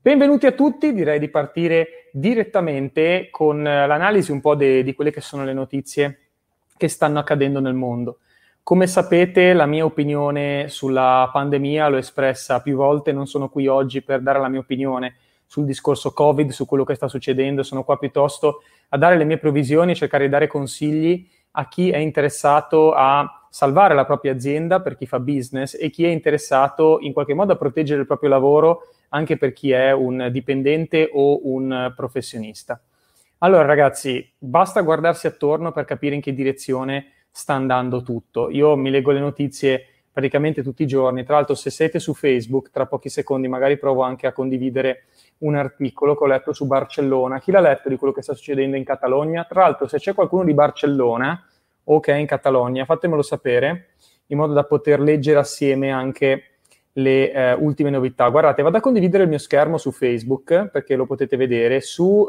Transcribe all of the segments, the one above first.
Benvenuti a tutti, direi di partire direttamente con l'analisi un po' di quelle che sono le notizie che stanno accadendo nel mondo. Come sapete, la mia opinione sulla pandemia l'ho espressa più volte, non sono qui oggi per dare la mia opinione sul discorso Covid, su quello che sta succedendo, sono qua piuttosto a dare le mie provvisioni e cercare di dare consigli a chi è interessato a salvare la propria azienda per chi fa business e chi è interessato in qualche modo a proteggere il proprio lavoro anche per chi è un dipendente o un professionista. Allora ragazzi, basta guardarsi attorno per capire in che direzione sta andando tutto. Io mi leggo le notizie praticamente tutti i giorni, tra l'altro se siete su Facebook, tra pochi secondi magari provo anche a condividere un articolo che ho letto su Barcellona. Chi l'ha letto di quello che sta succedendo in Catalogna? Tra l'altro se c'è qualcuno di Barcellona o che è in Catalogna, fatemelo sapere in modo da poter leggere assieme anche le ultime novità. Guardate, vado a condividere il mio schermo su Facebook perché lo potete vedere. Su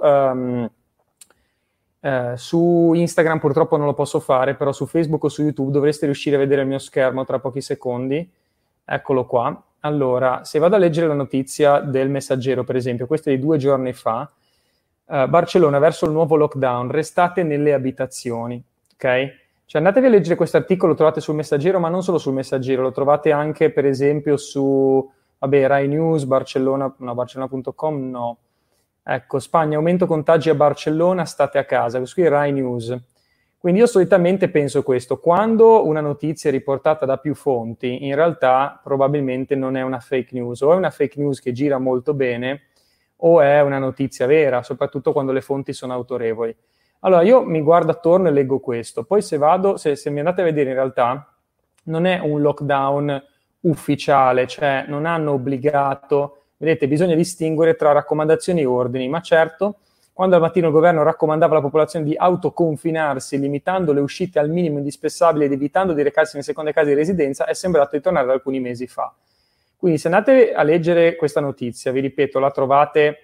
Instagram purtroppo non lo posso fare, però su Facebook o su YouTube dovreste riuscire a vedere il mio schermo tra pochi secondi. Eccolo qua. Allora, se vado a leggere la notizia del Messaggero, per esempio, questa è di 2 giorni fa, Barcellona verso il nuovo lockdown, restate nelle abitazioni, ok? Cioè andatevi a leggere questo articolo, lo trovate sul Messaggero, ma non solo sul Messaggero, lo trovate anche per esempio su, Rai News, Barcellona, no, Barcellona.com, no. Ecco, Spagna, aumento contagi a Barcellona, state a casa, questo qui è Rai News. Quindi io solitamente penso questo, quando una notizia è riportata da più fonti, in realtà probabilmente non è una fake news, o è una fake news che gira molto bene, o è una notizia vera, soprattutto quando le fonti sono autorevoli. Allora, io mi guardo attorno e leggo questo, poi se mi andate a vedere in realtà, non è un lockdown ufficiale, cioè non hanno obbligato, vedete, bisogna distinguere tra raccomandazioni e ordini, ma certo, quando al mattino il governo raccomandava alla popolazione di autoconfinarsi, limitando le uscite al minimo indispensabile ed evitando di recarsi nelle seconde case di residenza, è sembrato di tornare da alcuni mesi fa. Quindi se andate a leggere questa notizia, vi ripeto, la trovate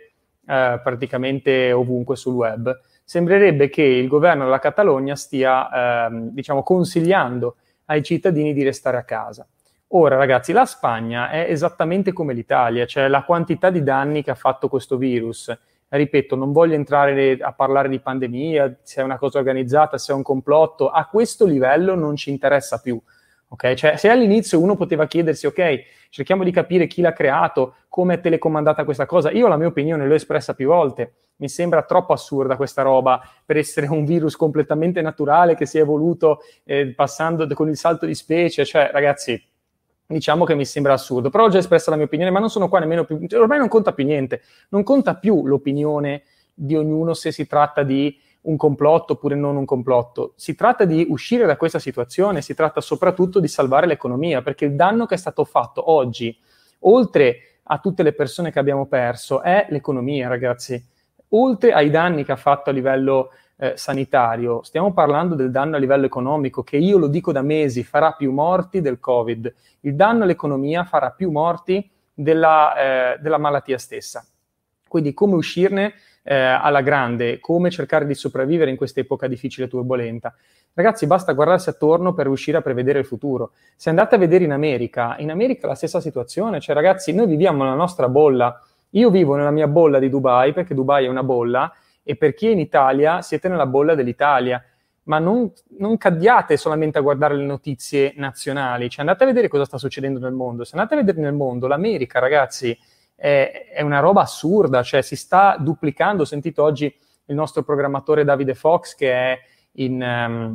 praticamente ovunque sul web, sembrerebbe che il governo della Catalogna stia, consigliando ai cittadini di restare a casa. Ora, ragazzi, la Spagna è esattamente come l'Italia, cioè la quantità di danni che ha fatto questo virus. Ripeto, non voglio entrare a parlare di pandemia, se è una cosa organizzata, se è un complotto, a questo livello non ci interessa più. Okay? Cioè, se all'inizio uno poteva chiedersi, ok, cerchiamo di capire chi l'ha creato, come è telecomandata questa cosa, io la mia opinione l'ho espressa più volte, mi sembra troppo assurda questa roba per essere un virus completamente naturale che si è evoluto passando con il salto di specie, cioè ragazzi, diciamo che mi sembra assurdo, però ho già espresso la mia opinione, ma non sono qua nemmeno più, cioè, ormai non conta più niente, non conta più l'opinione di ognuno se si tratta di un complotto oppure non un complotto, si tratta di uscire da questa situazione, si tratta soprattutto di salvare l'economia, perché il danno che è stato fatto oggi, oltre a tutte le persone che abbiamo perso, è l'economia, ragazzi. Oltre ai danni che ha fatto a livello sanitario, stiamo parlando del danno a livello economico, che io lo dico da mesi, farà più morti del Covid. Il danno all'economia farà più morti della malattia stessa. Quindi come uscirne alla grande, come cercare di sopravvivere in questa epoca difficile e turbolenta. Ragazzi, basta guardarsi attorno per riuscire a prevedere il futuro. Se andate a vedere in America è la stessa situazione. Cioè, ragazzi, noi viviamo nella nostra bolla. Io vivo nella mia bolla di Dubai, perché Dubai è una bolla, e per chi è in Italia siete nella bolla dell'Italia. Ma non cadiate solamente a guardare le notizie nazionali. Cioè, andate a vedere cosa sta succedendo nel mondo. Se andate a vedere nel mondo, l'America, ragazzi, è una roba assurda, cioè si sta duplicando. Ho sentito oggi il nostro programmatore Davide Fox che è in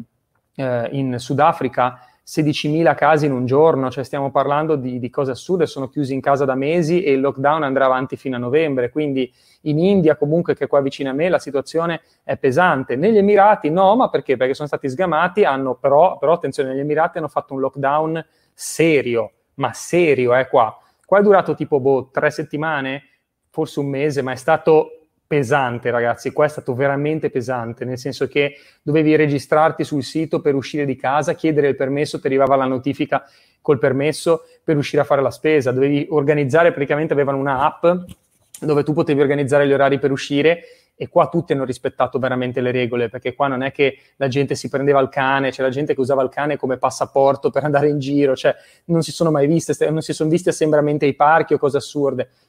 Sudafrica, 16.000 casi in un giorno, cioè stiamo parlando di cose assurde, sono chiusi in casa da mesi e il lockdown andrà avanti fino a novembre, quindi in India comunque, che è qua vicino a me, la situazione è pesante. Negli Emirati no, ma perché? Perché sono stati sgamati, però attenzione, negli Emirati hanno fatto un lockdown serio, ma serio, qua. Qua è durato tipo 3 settimane, forse un mese, ma è stato pesante, ragazzi. Qua è stato veramente pesante, nel senso che dovevi registrarti sul sito per uscire di casa, chiedere il permesso, ti arrivava la notifica col permesso per uscire a fare la spesa. Dovevi organizzare, praticamente avevano una app dove tu potevi organizzare gli orari per uscire, e qua tutti hanno rispettato veramente le regole, perché qua non è che la gente si prendeva il cane, c'è la gente che usava il cane come passaporto per andare in giro, cioè non si sono mai viste, non si sono viste assembramenti ai parchi o cose assurde.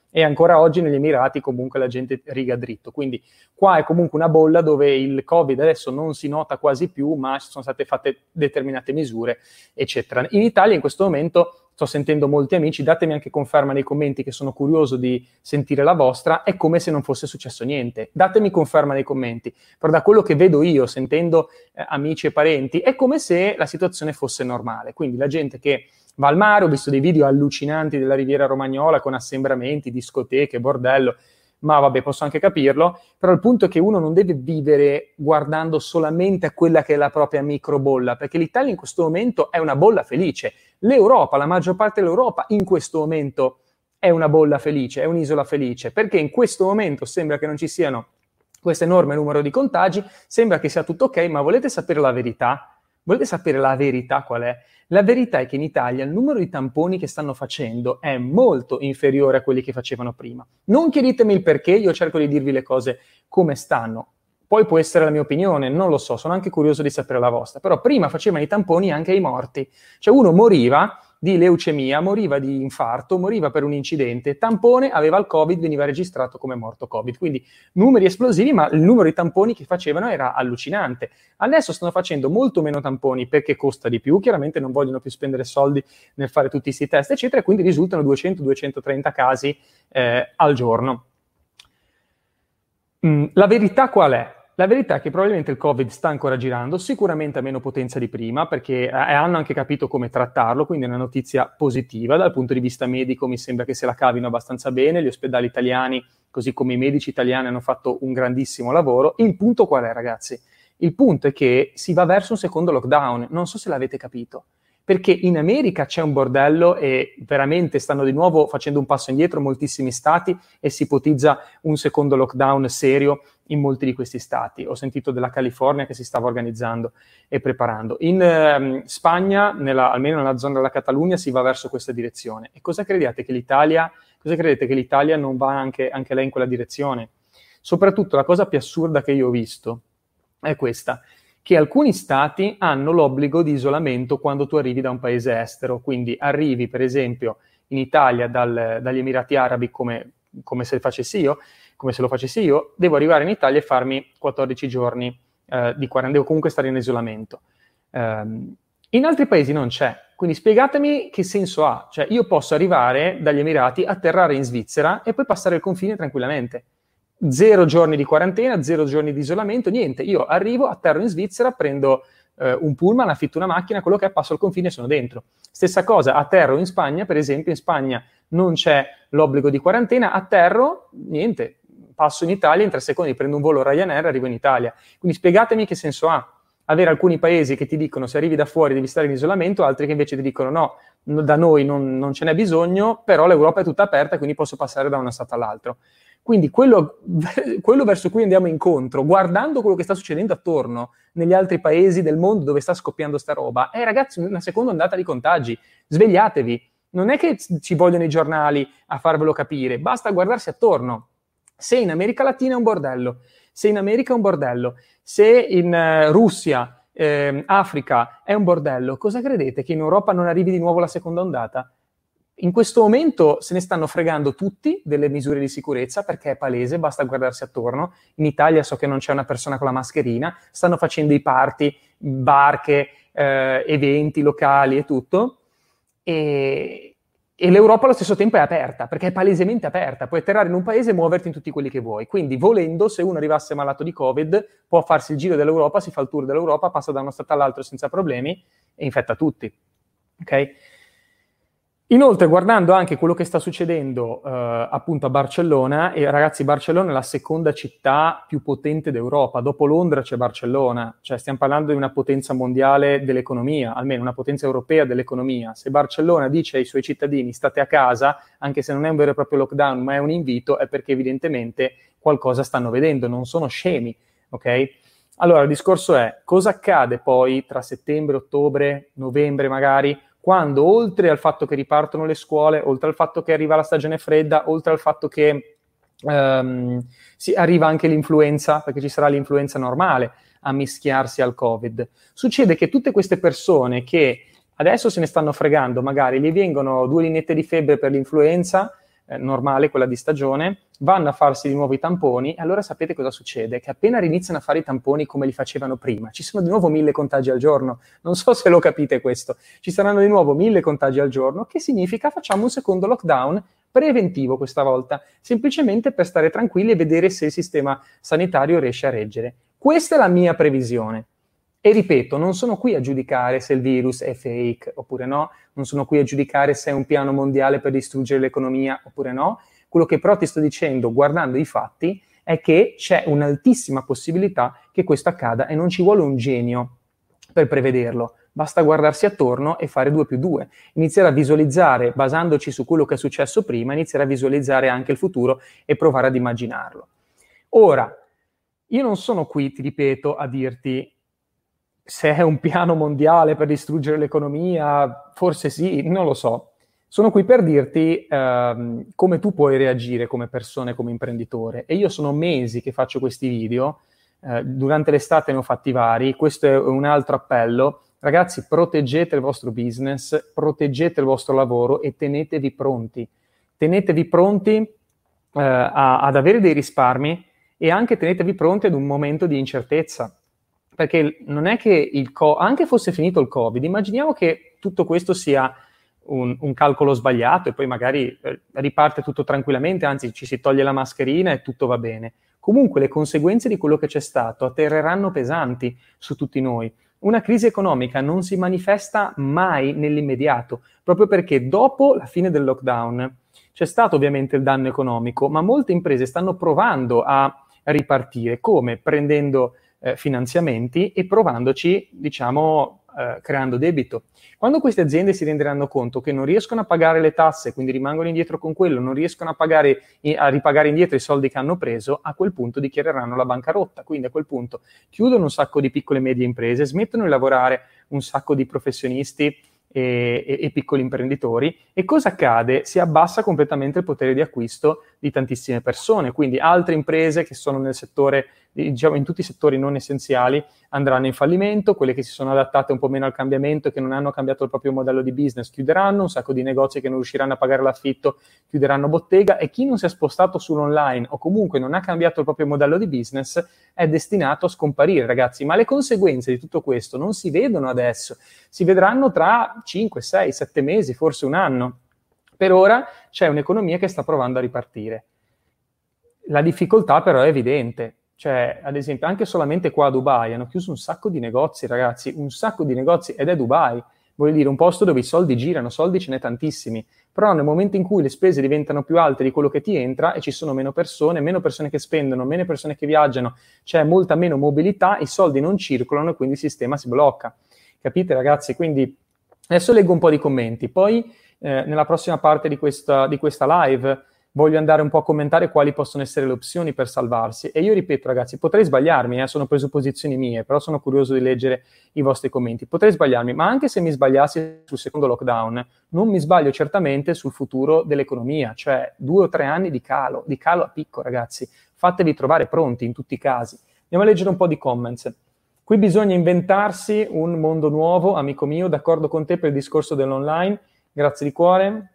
e ancora oggi negli Emirati comunque la gente riga dritto. Quindi qua è comunque una bolla dove il Covid adesso non si nota quasi più, ma ci sono state fatte determinate misure, eccetera. In Italia in questo momento sto sentendo molti amici, datemi anche conferma nei commenti che sono curioso di sentire la vostra, è come se non fosse successo niente. Datemi conferma nei commenti, però da quello che vedo io, sentendo amici e parenti, è come se la situazione fosse normale. Quindi la gente che va al mare, ho visto dei video allucinanti della Riviera Romagnola con assembramenti, discoteche, bordello, ma vabbè, posso anche capirlo, però il punto è che uno non deve vivere guardando solamente a quella che è la propria microbolla, perché l'Italia in questo momento è una bolla felice. L'Europa, la maggior parte dell'Europa in questo momento è una bolla felice, è un'isola felice, perché in questo momento sembra che non ci siano questo enorme numero di contagi, sembra che sia tutto ok, ma volete sapere la verità? Volete sapere la verità qual è? La verità è che in Italia il numero di tamponi che stanno facendo è molto inferiore a quelli che facevano prima. Non chiedetemi il perché, io cerco di dirvi le cose come stanno. Poi può essere la mia opinione, non lo so, sono anche curioso di sapere la vostra. Però prima facevano i tamponi anche ai morti. Cioè uno moriva di leucemia, moriva di infarto, moriva per un incidente, tampone, aveva il Covid, veniva registrato come morto Covid. Quindi numeri esplosivi, ma il numero di tamponi che facevano era allucinante. Adesso stanno facendo molto meno tamponi perché costa di più, chiaramente non vogliono più spendere soldi nel fare tutti questi test, eccetera, e quindi risultano 200-230 casi al giorno. La verità qual è? La verità è che probabilmente il Covid sta ancora girando, sicuramente a meno potenza di prima, perché hanno anche capito come trattarlo, quindi è una notizia positiva. Dal punto di vista medico mi sembra che se la cavino abbastanza bene, gli ospedali italiani, così come i medici italiani, hanno fatto un grandissimo lavoro. Il punto qual è, ragazzi? Il punto è che si va verso un secondo lockdown, non so se l'avete capito, perché in America c'è un bordello e veramente stanno di nuovo facendo un passo indietro moltissimi stati e si ipotizza un secondo lockdown serio in molti di questi stati. Ho sentito della California che si stava organizzando e preparando. In Spagna, almeno nella zona della Catalogna, si va verso questa direzione. E cosa credete che l'Italia non va anche lei in quella direzione? Soprattutto la cosa più assurda che io ho visto è questa, che alcuni stati hanno l'obbligo di isolamento quando tu arrivi da un paese estero. Quindi arrivi, per esempio, in Italia dagli Emirati Arabi come se lo facessi io, devo arrivare in Italia e farmi 14 giorni di quarantena, devo comunque stare in isolamento. In altri paesi non c'è, quindi spiegatemi che senso ha. Cioè io posso arrivare dagli Emirati, atterrare in Svizzera e poi passare il confine tranquillamente. 0 giorni di quarantena, 0 giorni di isolamento, niente. Io arrivo, atterro in Svizzera, prendo un pullman, affitto una macchina, quello che è, passo il confine e sono dentro. Stessa cosa, atterro in Spagna, per esempio, in Spagna non c'è l'obbligo di quarantena, atterro, niente, passo in Italia, in 3 secondi prendo un volo Ryanair e arrivo in Italia. Quindi spiegatemi che senso ha avere alcuni paesi che ti dicono se arrivi da fuori devi stare in isolamento, altri che invece ti dicono no, da noi non ce n'è bisogno, però l'Europa è tutta aperta, quindi posso passare da uno stato all'altro. Quindi quello verso cui andiamo incontro, guardando quello che sta succedendo attorno negli altri paesi del mondo dove sta scoppiando sta roba, ragazzi, una seconda ondata di contagi, svegliatevi. Non è che ci vogliono i giornali a farvelo capire, basta guardarsi attorno. Se in America Latina è un bordello, se in America è un bordello, se in Russia, Africa è un bordello, cosa credete? Che in Europa non arrivi di nuovo la seconda ondata? In questo momento se ne stanno fregando tutti delle misure di sicurezza perché è palese, basta guardarsi attorno. In Italia so che non c'è una persona con la mascherina, stanno facendo i party, barche, eventi locali e tutto. E l'Europa allo stesso tempo è aperta, perché è palesemente aperta. Puoi atterrare in un paese e muoverti in tutti quelli che vuoi. Quindi, volendo, se uno arrivasse malato di Covid, può farsi il giro dell'Europa, si fa il tour dell'Europa, passa da uno stato all'altro senza problemi e infetta tutti. Ok? Inoltre, guardando anche quello che sta succedendo appunto a Barcellona, e ragazzi, Barcellona è la seconda città più potente d'Europa, dopo Londra c'è Barcellona, cioè stiamo parlando di una potenza mondiale dell'economia, almeno una potenza europea dell'economia. Se Barcellona dice ai suoi cittadini state a casa, anche se non è un vero e proprio lockdown, ma è un invito, è perché evidentemente qualcosa stanno vedendo, non sono scemi, ok? Allora, il discorso è, cosa accade poi tra settembre, ottobre, novembre magari, quando oltre al fatto che ripartono le scuole, oltre al fatto che arriva la stagione fredda, oltre al fatto che arriva anche l'influenza, perché ci sarà l'influenza normale a mischiarsi al Covid, succede che tutte queste persone che adesso se ne stanno fregando, magari gli vengono 2 lineette di febbre per l'influenza, normale, quella di stagione, vanno a farsi di nuovo i tamponi e allora sapete cosa succede? Che appena iniziano a fare i tamponi come li facevano prima, ci sono di nuovo 1000 contagi al giorno. Non so se lo capite questo. Ci saranno di nuovo 1000 contagi al giorno, che significa facciamo un secondo lockdown preventivo questa volta, semplicemente per stare tranquilli e vedere se il sistema sanitario riesce a reggere. Questa è la mia previsione. E ripeto, non sono qui a giudicare se il virus è fake oppure no, non sono qui a giudicare se è un piano mondiale per distruggere l'economia oppure no. Quello che però ti sto dicendo, guardando i fatti, è che c'è un'altissima possibilità che questo accada e non ci vuole un genio per prevederlo. Basta guardarsi attorno e fare 2 più 2. Iniziare a visualizzare, basandoci su quello che è successo prima, iniziare a visualizzare anche il futuro e provare ad immaginarlo. Ora, io non sono qui, ti ripeto, a dirti se è un piano mondiale per distruggere l'economia, forse sì, non lo so. Sono qui per dirti come tu puoi reagire come persona e come imprenditore. E io sono mesi che faccio questi video, durante l'estate ne ho fatti vari, questo è un altro appello. Ragazzi, proteggete il vostro business, proteggete il vostro lavoro e tenetevi pronti. Tenetevi pronti ad avere dei risparmi e anche tenetevi pronti ad un momento di incertezza. Perché non è che anche fosse finito il Covid, immaginiamo che tutto questo sia un calcolo sbagliato e poi magari riparte tutto tranquillamente, anzi ci si toglie la mascherina e tutto va bene. Comunque le conseguenze di quello che c'è stato atterreranno pesanti su tutti noi. Una crisi economica non si manifesta mai nell'immediato, proprio perché dopo la fine del lockdown c'è stato ovviamente il danno economico, ma molte imprese stanno provando a ripartire, come prendendo finanziamenti e provandoci, diciamo, creando debito. Quando queste aziende si renderanno conto che non riescono a pagare le tasse, quindi rimangono indietro con quello, non riescono a ripagare indietro i soldi che hanno preso, a quel punto dichiareranno la bancarotta. Quindi a quel punto chiudono un sacco di piccole e medie imprese, smettono di lavorare un sacco di professionisti e piccoli imprenditori, e cosa accade? Si abbassa completamente il potere di acquisto di tantissime persone, quindi altre imprese che sono nel settore, diciamo in tutti i settori non essenziali, andranno in fallimento, quelle che si sono adattate un po' meno al cambiamento e che non hanno cambiato il proprio modello di business chiuderanno, un sacco di negozi che non riusciranno a pagare l'affitto chiuderanno bottega, e chi non si è spostato sull'online o comunque non ha cambiato il proprio modello di business è destinato a scomparire, ragazzi. Ma le conseguenze di tutto questo non si vedono adesso, si vedranno tra 5, 6, 7 mesi, forse un anno. Per ora c'è un'economia che sta provando a ripartire. La difficoltà però è evidente. Cioè, ad esempio, anche solamente qua a Dubai hanno chiuso un sacco di negozi, ragazzi, un sacco di negozi, ed è Dubai. Voglio dire, un posto dove i soldi girano, soldi ce n'è tantissimi, però nel momento in cui le spese diventano più alte di quello che ti entra e ci sono meno persone che spendono, meno persone che viaggiano, c'è molta meno mobilità, i soldi non circolano e quindi il sistema si blocca. Capite, ragazzi? Quindi adesso leggo un po' di commenti, poi nella prossima parte di questa live voglio andare un po' a commentare quali possono essere le opzioni per salvarsi. E io ripeto, ragazzi, potrei sbagliarmi, sono presupposizioni mie, però sono curioso di leggere i vostri commenti. Potrei sbagliarmi, ma anche se mi sbagliassi sul secondo lockdown, non mi sbaglio certamente sul futuro dell'economia, cioè 2 o 3 anni di calo a picco, ragazzi. Fatevi trovare pronti in tutti i casi. Andiamo a leggere un po' di comments. Qui bisogna inventarsi un mondo nuovo, amico mio, d'accordo con te per il discorso dell'online. Grazie di cuore.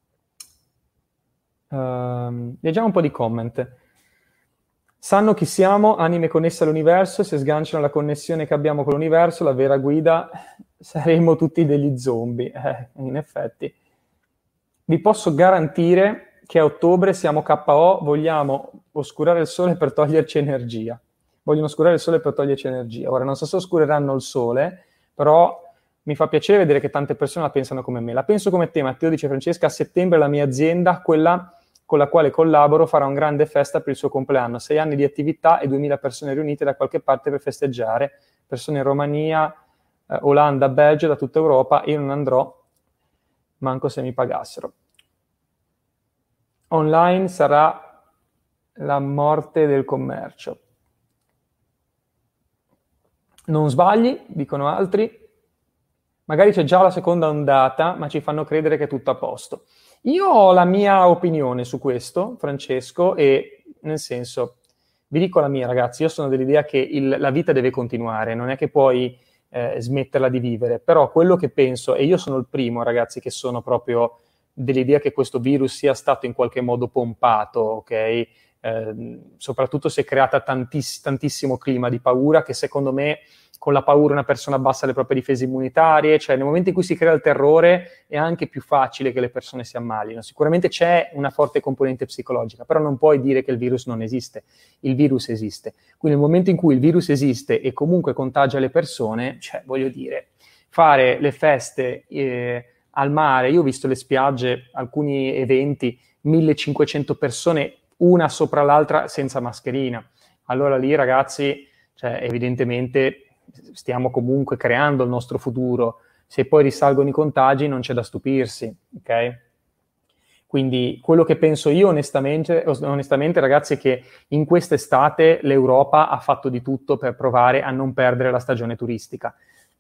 Leggiamo un po' di comment. Sanno chi siamo, anime connesse all'universo, se sganciano la connessione che abbiamo con l'universo, la vera guida, saremo tutti degli zombie. In effetti. Vi posso garantire che a ottobre siamo KO, vogliamo oscurare il sole per toglierci energia. Vogliono oscurare il sole per toglierci energia. Ora, non so se oscureranno il sole, però mi fa piacere vedere che tante persone la pensano come me. La penso come te, Matteo, dice Francesca. A settembre la mia azienda, quella con la quale collaboro, farà un grande festa per il suo compleanno. 6 anni di attività e 2000 persone riunite da qualche parte per festeggiare. Persone in Romania, Olanda, Belgio, da tutta Europa. Io non andrò, manco se mi pagassero. Online sarà la morte del commercio. Non sbagli, dicono altri. Magari c'è già la seconda ondata, ma ci fanno credere che è tutto a posto. Io ho la mia opinione su questo, Francesco, e nel senso, vi dico la mia, ragazzi, io sono dell'idea che la vita deve continuare, non è che puoi smetterla di vivere, però quello che penso, e io sono il primo, ragazzi, che sono proprio dell'idea che questo virus sia stato in qualche modo pompato, ok? Soprattutto si è creata tantissimo clima di paura, che secondo me con la paura una persona abbassa le proprie difese immunitarie, cioè nel momento in cui si crea il terrore è anche più facile che le persone si ammalino. Sicuramente c'è una forte componente psicologica, però non puoi dire che il virus non esiste. Il virus esiste. Quindi nel momento in cui il virus esiste e comunque contagia le persone, cioè voglio dire, fare le feste al mare, io ho visto le spiagge, alcuni eventi, 1500 persone, una sopra l'altra senza mascherina. Allora lì ragazzi, cioè, evidentemente stiamo comunque creando il nostro futuro. Se poi risalgono i contagi non c'è da stupirsi, ok? Quindi quello che penso io onestamente ragazzi è che in quest'estate l'Europa ha fatto di tutto per provare a non perdere la stagione turistica.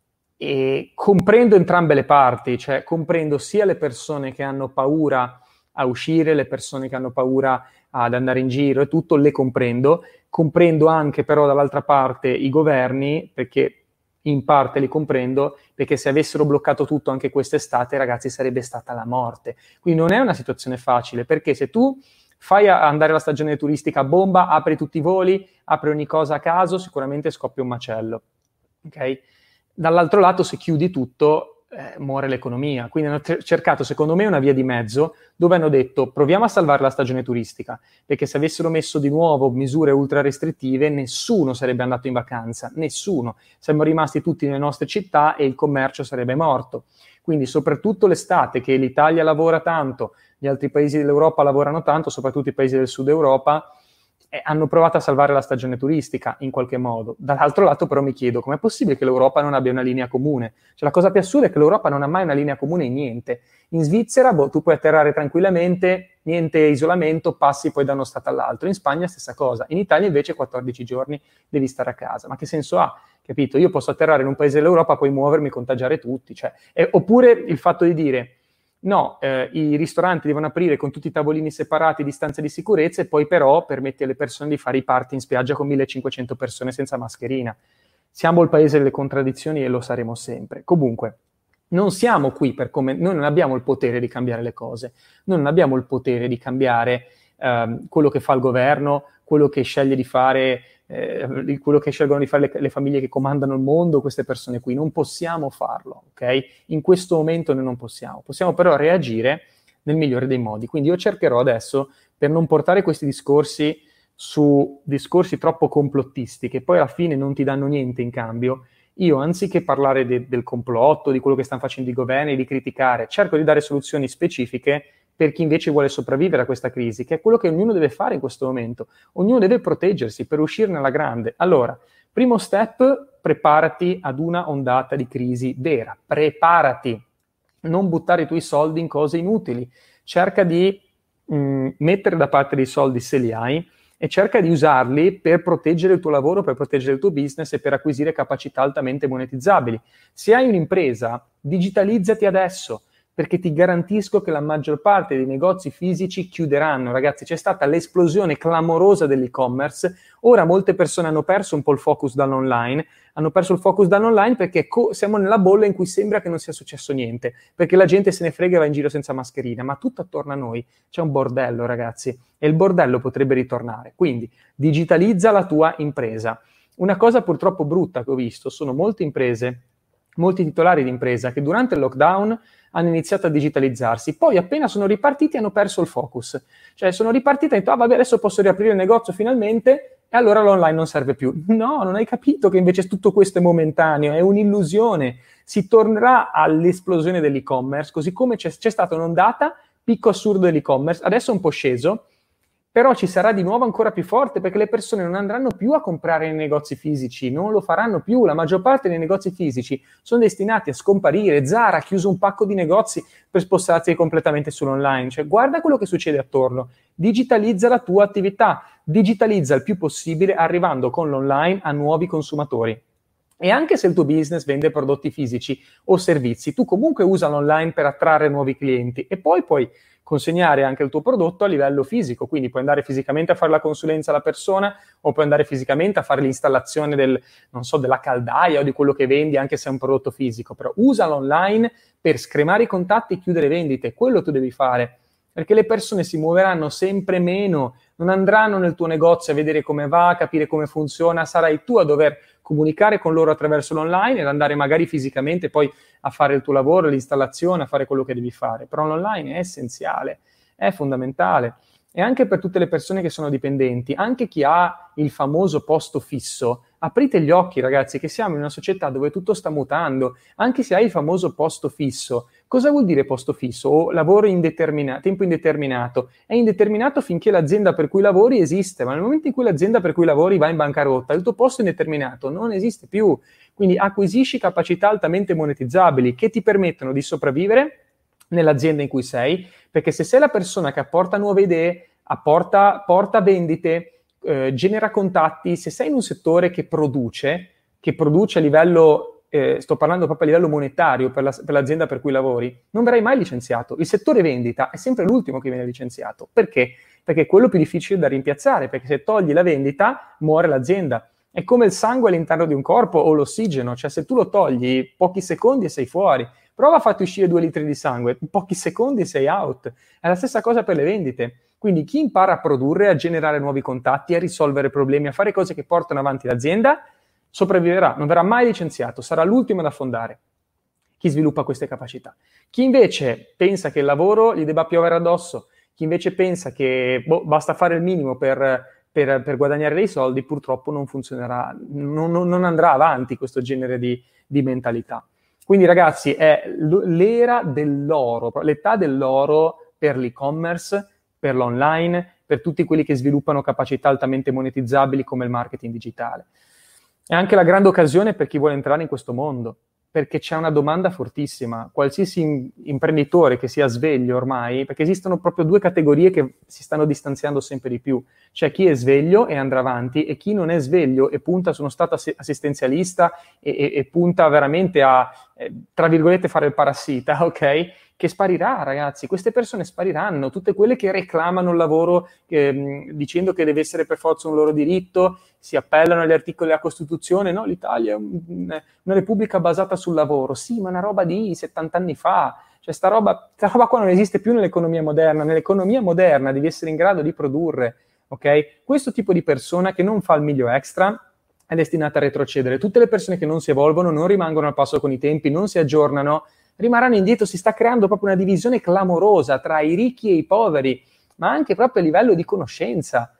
E comprendo entrambe le parti, cioè comprendo sia le persone che hanno paura a uscire, le persone che hanno paura ad andare in giro e tutto, le comprendo anche però dall'altra parte i governi, perché in parte li comprendo, perché se avessero bloccato tutto anche quest'estate, ragazzi, sarebbe stata la morte. Quindi non è una situazione facile, perché se tu fai andare la stagione turistica a bomba, apri tutti i voli, apri ogni cosa a caso, sicuramente scoppia un macello, ok? Dall'altro lato, se chiudi tutto, muore l'economia. Quindi hanno cercato, secondo me, una via di mezzo dove hanno detto proviamo a salvare la stagione turistica, perché se avessero messo di nuovo misure ultra restrittive nessuno sarebbe andato in vacanza, nessuno. Siamo rimasti tutti nelle nostre città e il commercio sarebbe morto. Quindi soprattutto l'estate, che l'Italia lavora tanto, gli altri paesi dell'Europa lavorano tanto, soprattutto i paesi del sud Europa, hanno provato a salvare la stagione turistica in qualche modo. Dall'altro lato però mi chiedo com'è possibile che l'Europa non abbia una linea comune. Cioè la cosa più assurda è che l'Europa non ha mai una linea comune in niente. In Svizzera tu puoi atterrare tranquillamente, niente isolamento, passi poi da uno stato all'altro. In Spagna stessa cosa. In Italia invece 14 giorni devi stare a casa. Ma che senso ha? Capito? Io posso atterrare in un paese dell'Europa, poi muovermi, contagiare tutti. Cioè, oppure il fatto di dire no, i ristoranti devono aprire con tutti i tavolini separati, distanze di sicurezza, e poi però permetti alle persone di fare i party in spiaggia con 1500 persone senza mascherina. Siamo il paese delle contraddizioni e lo saremo sempre. Comunque, non siamo qui noi non abbiamo il potere di cambiare le cose, noi non abbiamo il potere di cambiare quello che fa il governo, quello che sceglie di fare quello che scelgono di fare le famiglie che comandano il mondo, queste persone qui. Non possiamo farlo, ok? In questo momento noi non possiamo. Possiamo però reagire nel migliore dei modi. Quindi io cercherò adesso, per non portare questi discorsi su discorsi troppo complottisti, che poi alla fine non ti danno niente in cambio, io anziché parlare del complotto, di quello che stanno facendo i governi, di criticare, cerco di dare soluzioni specifiche per chi invece vuole sopravvivere a questa crisi, che è quello che ognuno deve fare in questo momento. Ognuno deve proteggersi per uscirne alla grande. Allora, primo step, preparati ad una ondata di crisi vera. Preparati. Non buttare i tuoi soldi in cose inutili. Cerca di mettere da parte dei soldi se li hai e cerca di usarli per proteggere il tuo lavoro, per proteggere il tuo business e per acquisire capacità altamente monetizzabili. Se hai un'impresa, digitalizzati adesso, perché ti garantisco che la maggior parte dei negozi fisici chiuderanno. Ragazzi, c'è stata l'esplosione clamorosa dell'e-commerce, ora molte persone hanno perso un po' il focus dall'online, perché siamo nella bolla in cui sembra che non sia successo niente, perché la gente se ne frega e va in giro senza mascherina, ma tutto attorno a noi c'è un bordello, ragazzi, e il bordello potrebbe ritornare. Quindi digitalizza la tua impresa. Una cosa purtroppo brutta che ho visto sono molte imprese, molti titolari di impresa che durante il lockdown hanno iniziato a digitalizzarsi, poi appena sono ripartiti hanno perso il focus, cioè sono ripartiti e hanno detto vabbè adesso posso riaprire il negozio finalmente e allora l'online non serve più. No, non hai capito che invece tutto questo è momentaneo, è un'illusione, si tornerà all'esplosione dell'e-commerce, così come c'è stata un'ondata, picco assurdo dell'e-commerce, adesso è un po' sceso, però ci sarà di nuovo ancora più forte perché le persone non andranno più a comprare nei negozi fisici, non lo faranno più, la maggior parte dei negozi fisici sono destinati a scomparire. Zara ha chiuso un pacco di negozi per spostarsi completamente sull'online, cioè guarda quello che succede attorno, digitalizza la tua attività, digitalizza il più possibile arrivando con l'online a nuovi consumatori. E anche se il tuo business vende prodotti fisici o servizi, tu comunque usa l'online per attrarre nuovi clienti e poi puoi consegnare anche il tuo prodotto a livello fisico, quindi puoi andare fisicamente a fare la consulenza alla persona o puoi andare fisicamente a fare l'installazione della caldaia o di quello che vendi, anche se è un prodotto fisico, però usalo online per scremare i contatti e chiudere vendite, quello tu devi fare, perché le persone si muoveranno sempre meno, non andranno nel tuo negozio a vedere come va, a capire come funziona, sarai tu a dover comunicare con loro attraverso l'online ed andare magari fisicamente poi a fare il tuo lavoro, l'installazione, a fare quello che devi fare. Però l'online è essenziale, è fondamentale. E anche per tutte le persone che sono dipendenti, anche chi ha il famoso posto fisso, aprite gli occhi ragazzi che siamo in una società dove tutto sta mutando, anche se hai il famoso posto fisso. Cosa vuol dire posto fisso o lavoro tempo indeterminato? È indeterminato finché l'azienda per cui lavori esiste, ma nel momento in cui l'azienda per cui lavori va in bancarotta, il tuo posto indeterminato non esiste più. Quindi acquisisci capacità altamente monetizzabili che ti permettono di sopravvivere nell'azienda in cui sei, perché se sei la persona che apporta nuove idee, porta vendite, genera contatti, se sei in un settore che produce a livello, sto parlando proprio a livello monetario per l'azienda per cui lavori, non verrai mai licenziato. Il settore vendita è sempre l'ultimo che viene licenziato. Perché? Perché è quello più difficile da rimpiazzare, perché se togli la vendita muore l'azienda. È come il sangue all'interno di un corpo o l'ossigeno, cioè se tu lo togli pochi secondi e sei fuori. Prova a farti uscire 2 litri di sangue, in pochi secondi sei out. È la stessa cosa per le vendite. Quindi chi impara a produrre, a generare nuovi contatti, a risolvere problemi, a fare cose che portano avanti l'azienda, sopravviverà, non verrà mai licenziato, sarà l'ultimo ad affondare. Chi sviluppa queste capacità. Chi invece pensa che il lavoro gli debba piovere addosso, chi invece pensa che basta fare il minimo per guadagnare dei soldi, purtroppo non funzionerà, non andrà avanti questo genere di mentalità. Quindi ragazzi è l'era dell'oro, l'età dell'oro per l'e-commerce, per l'online, per tutti quelli che sviluppano capacità altamente monetizzabili come il marketing digitale. È anche la grande occasione per chi vuole entrare in questo mondo, perché c'è una domanda fortissima. Qualsiasi imprenditore che sia sveglio ormai, perché esistono proprio 2 categorie che si stanno distanziando sempre di più. C'è chi è sveglio e andrà avanti e chi non è sveglio e punta su uno stato assistenzialista e punta veramente a, tra virgolette, fare il parassita, ok? Che sparirà, ragazzi. Queste persone spariranno, tutte quelle che reclamano il lavoro dicendo che deve essere per forza un loro diritto, si appellano agli articoli della Costituzione, no, l'Italia è una repubblica basata sul lavoro. Sì, ma è una roba di 70 anni fa. Cioè sta roba qua non esiste più nell'economia moderna. Nell'economia moderna devi essere in grado di produrre, ok? Questo tipo di persona che non fa il miglio extra è destinata a retrocedere. Tutte le persone che non si evolvono, non rimangono al passo con i tempi, non si aggiornano, rimarranno indietro. Si sta creando proprio una divisione clamorosa tra i ricchi e i poveri, ma anche proprio a livello di conoscenza,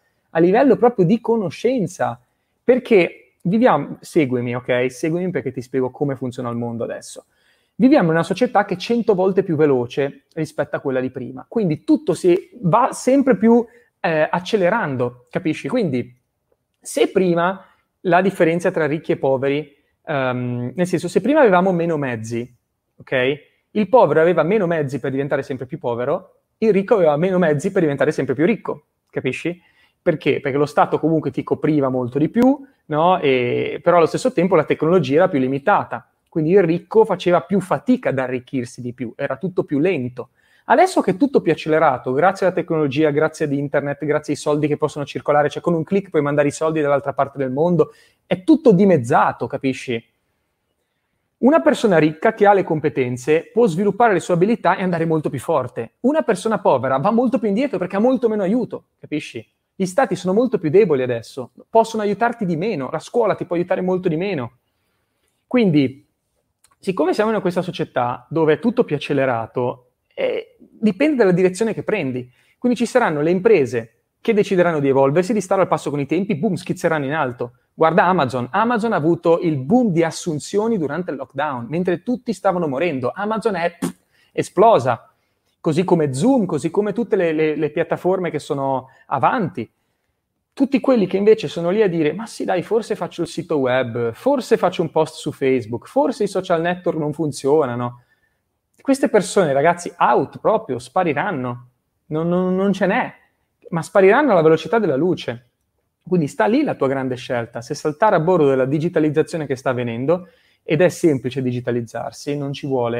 perché viviamo, seguimi, ok? Seguimi perché ti spiego come funziona il mondo adesso. Viviamo in una società che è 100 volte più veloce rispetto a quella di prima, quindi tutto va sempre più accelerando, capisci? Quindi se prima la differenza tra ricchi e poveri, nel senso, se prima avevamo meno mezzi, ok? Il povero aveva meno mezzi per diventare sempre più povero, il ricco aveva meno mezzi per diventare sempre più ricco, capisci? Perché? Perché lo Stato comunque ti copriva molto di più, no? Però allo stesso tempo la tecnologia era più limitata, quindi il ricco faceva più fatica ad arricchirsi di più, era tutto più lento. Adesso che è tutto più accelerato, grazie alla tecnologia, grazie ad internet, grazie ai soldi che possono circolare, cioè con un click puoi mandare i soldi dall'altra parte del mondo, è tutto dimezzato, capisci? Una persona ricca che ha le competenze può sviluppare le sue abilità e andare molto più forte. Una persona povera va molto più indietro perché ha molto meno aiuto, capisci? Gli stati sono molto più deboli adesso, possono aiutarti di meno, la scuola ti può aiutare molto di meno. Quindi, siccome siamo in questa società dove è tutto più accelerato, dipende dalla direzione che prendi. Quindi ci saranno le imprese che decideranno di evolversi, di stare al passo con i tempi, boom, schizzeranno in alto. Guarda Amazon. Amazon ha avuto il boom di assunzioni durante il lockdown, mentre tutti stavano morendo. Amazon è esplosa, così come Zoom, così come tutte le piattaforme che sono avanti. Tutti quelli che invece sono lì a dire ma sì dai, forse faccio il sito web, forse faccio un post su Facebook, forse i social network non funzionano. Queste persone, ragazzi, out proprio, spariranno. Non ce n'è, ma spariranno alla velocità della luce. Quindi sta lì la tua grande scelta, se saltare a bordo della digitalizzazione che sta avvenendo, ed è semplice digitalizzarsi, non ci vuole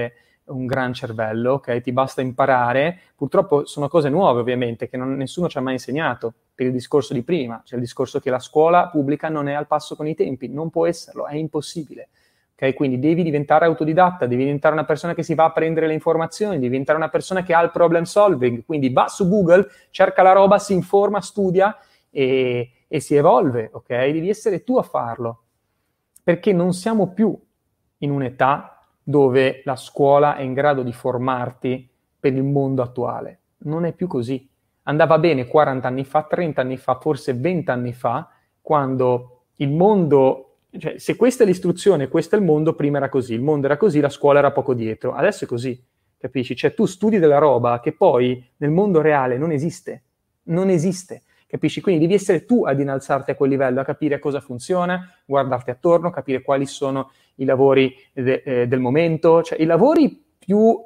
un gran cervello, ok? Ti basta imparare. Purtroppo sono cose nuove, ovviamente, che nessuno ci ha mai insegnato, per il discorso di prima, cioè il discorso che la scuola pubblica non è al passo con i tempi, non può esserlo, è impossibile. Okay? Quindi devi diventare autodidatta, devi diventare una persona che si va a prendere le informazioni, devi diventare una persona che ha il problem solving, quindi va su Google, cerca la roba, si informa, studia e si evolve, ok? Devi essere tu a farlo, perché non siamo più in un'età dove la scuola è in grado di formarti per il mondo attuale. Non è più così. Andava bene 40 anni fa, 30 anni fa, forse 20 anni fa, quando il mondo, cioè se questa è l'istruzione, questo è il mondo, prima era così, il mondo era così, la scuola era poco dietro. Adesso è così, capisci? Cioè tu studi della roba che poi nel mondo reale non esiste. Non esiste. Capisci? Quindi devi essere tu ad innalzarti a quel livello, a capire cosa funziona, guardarti attorno, capire quali sono i lavori del momento, cioè i lavori più,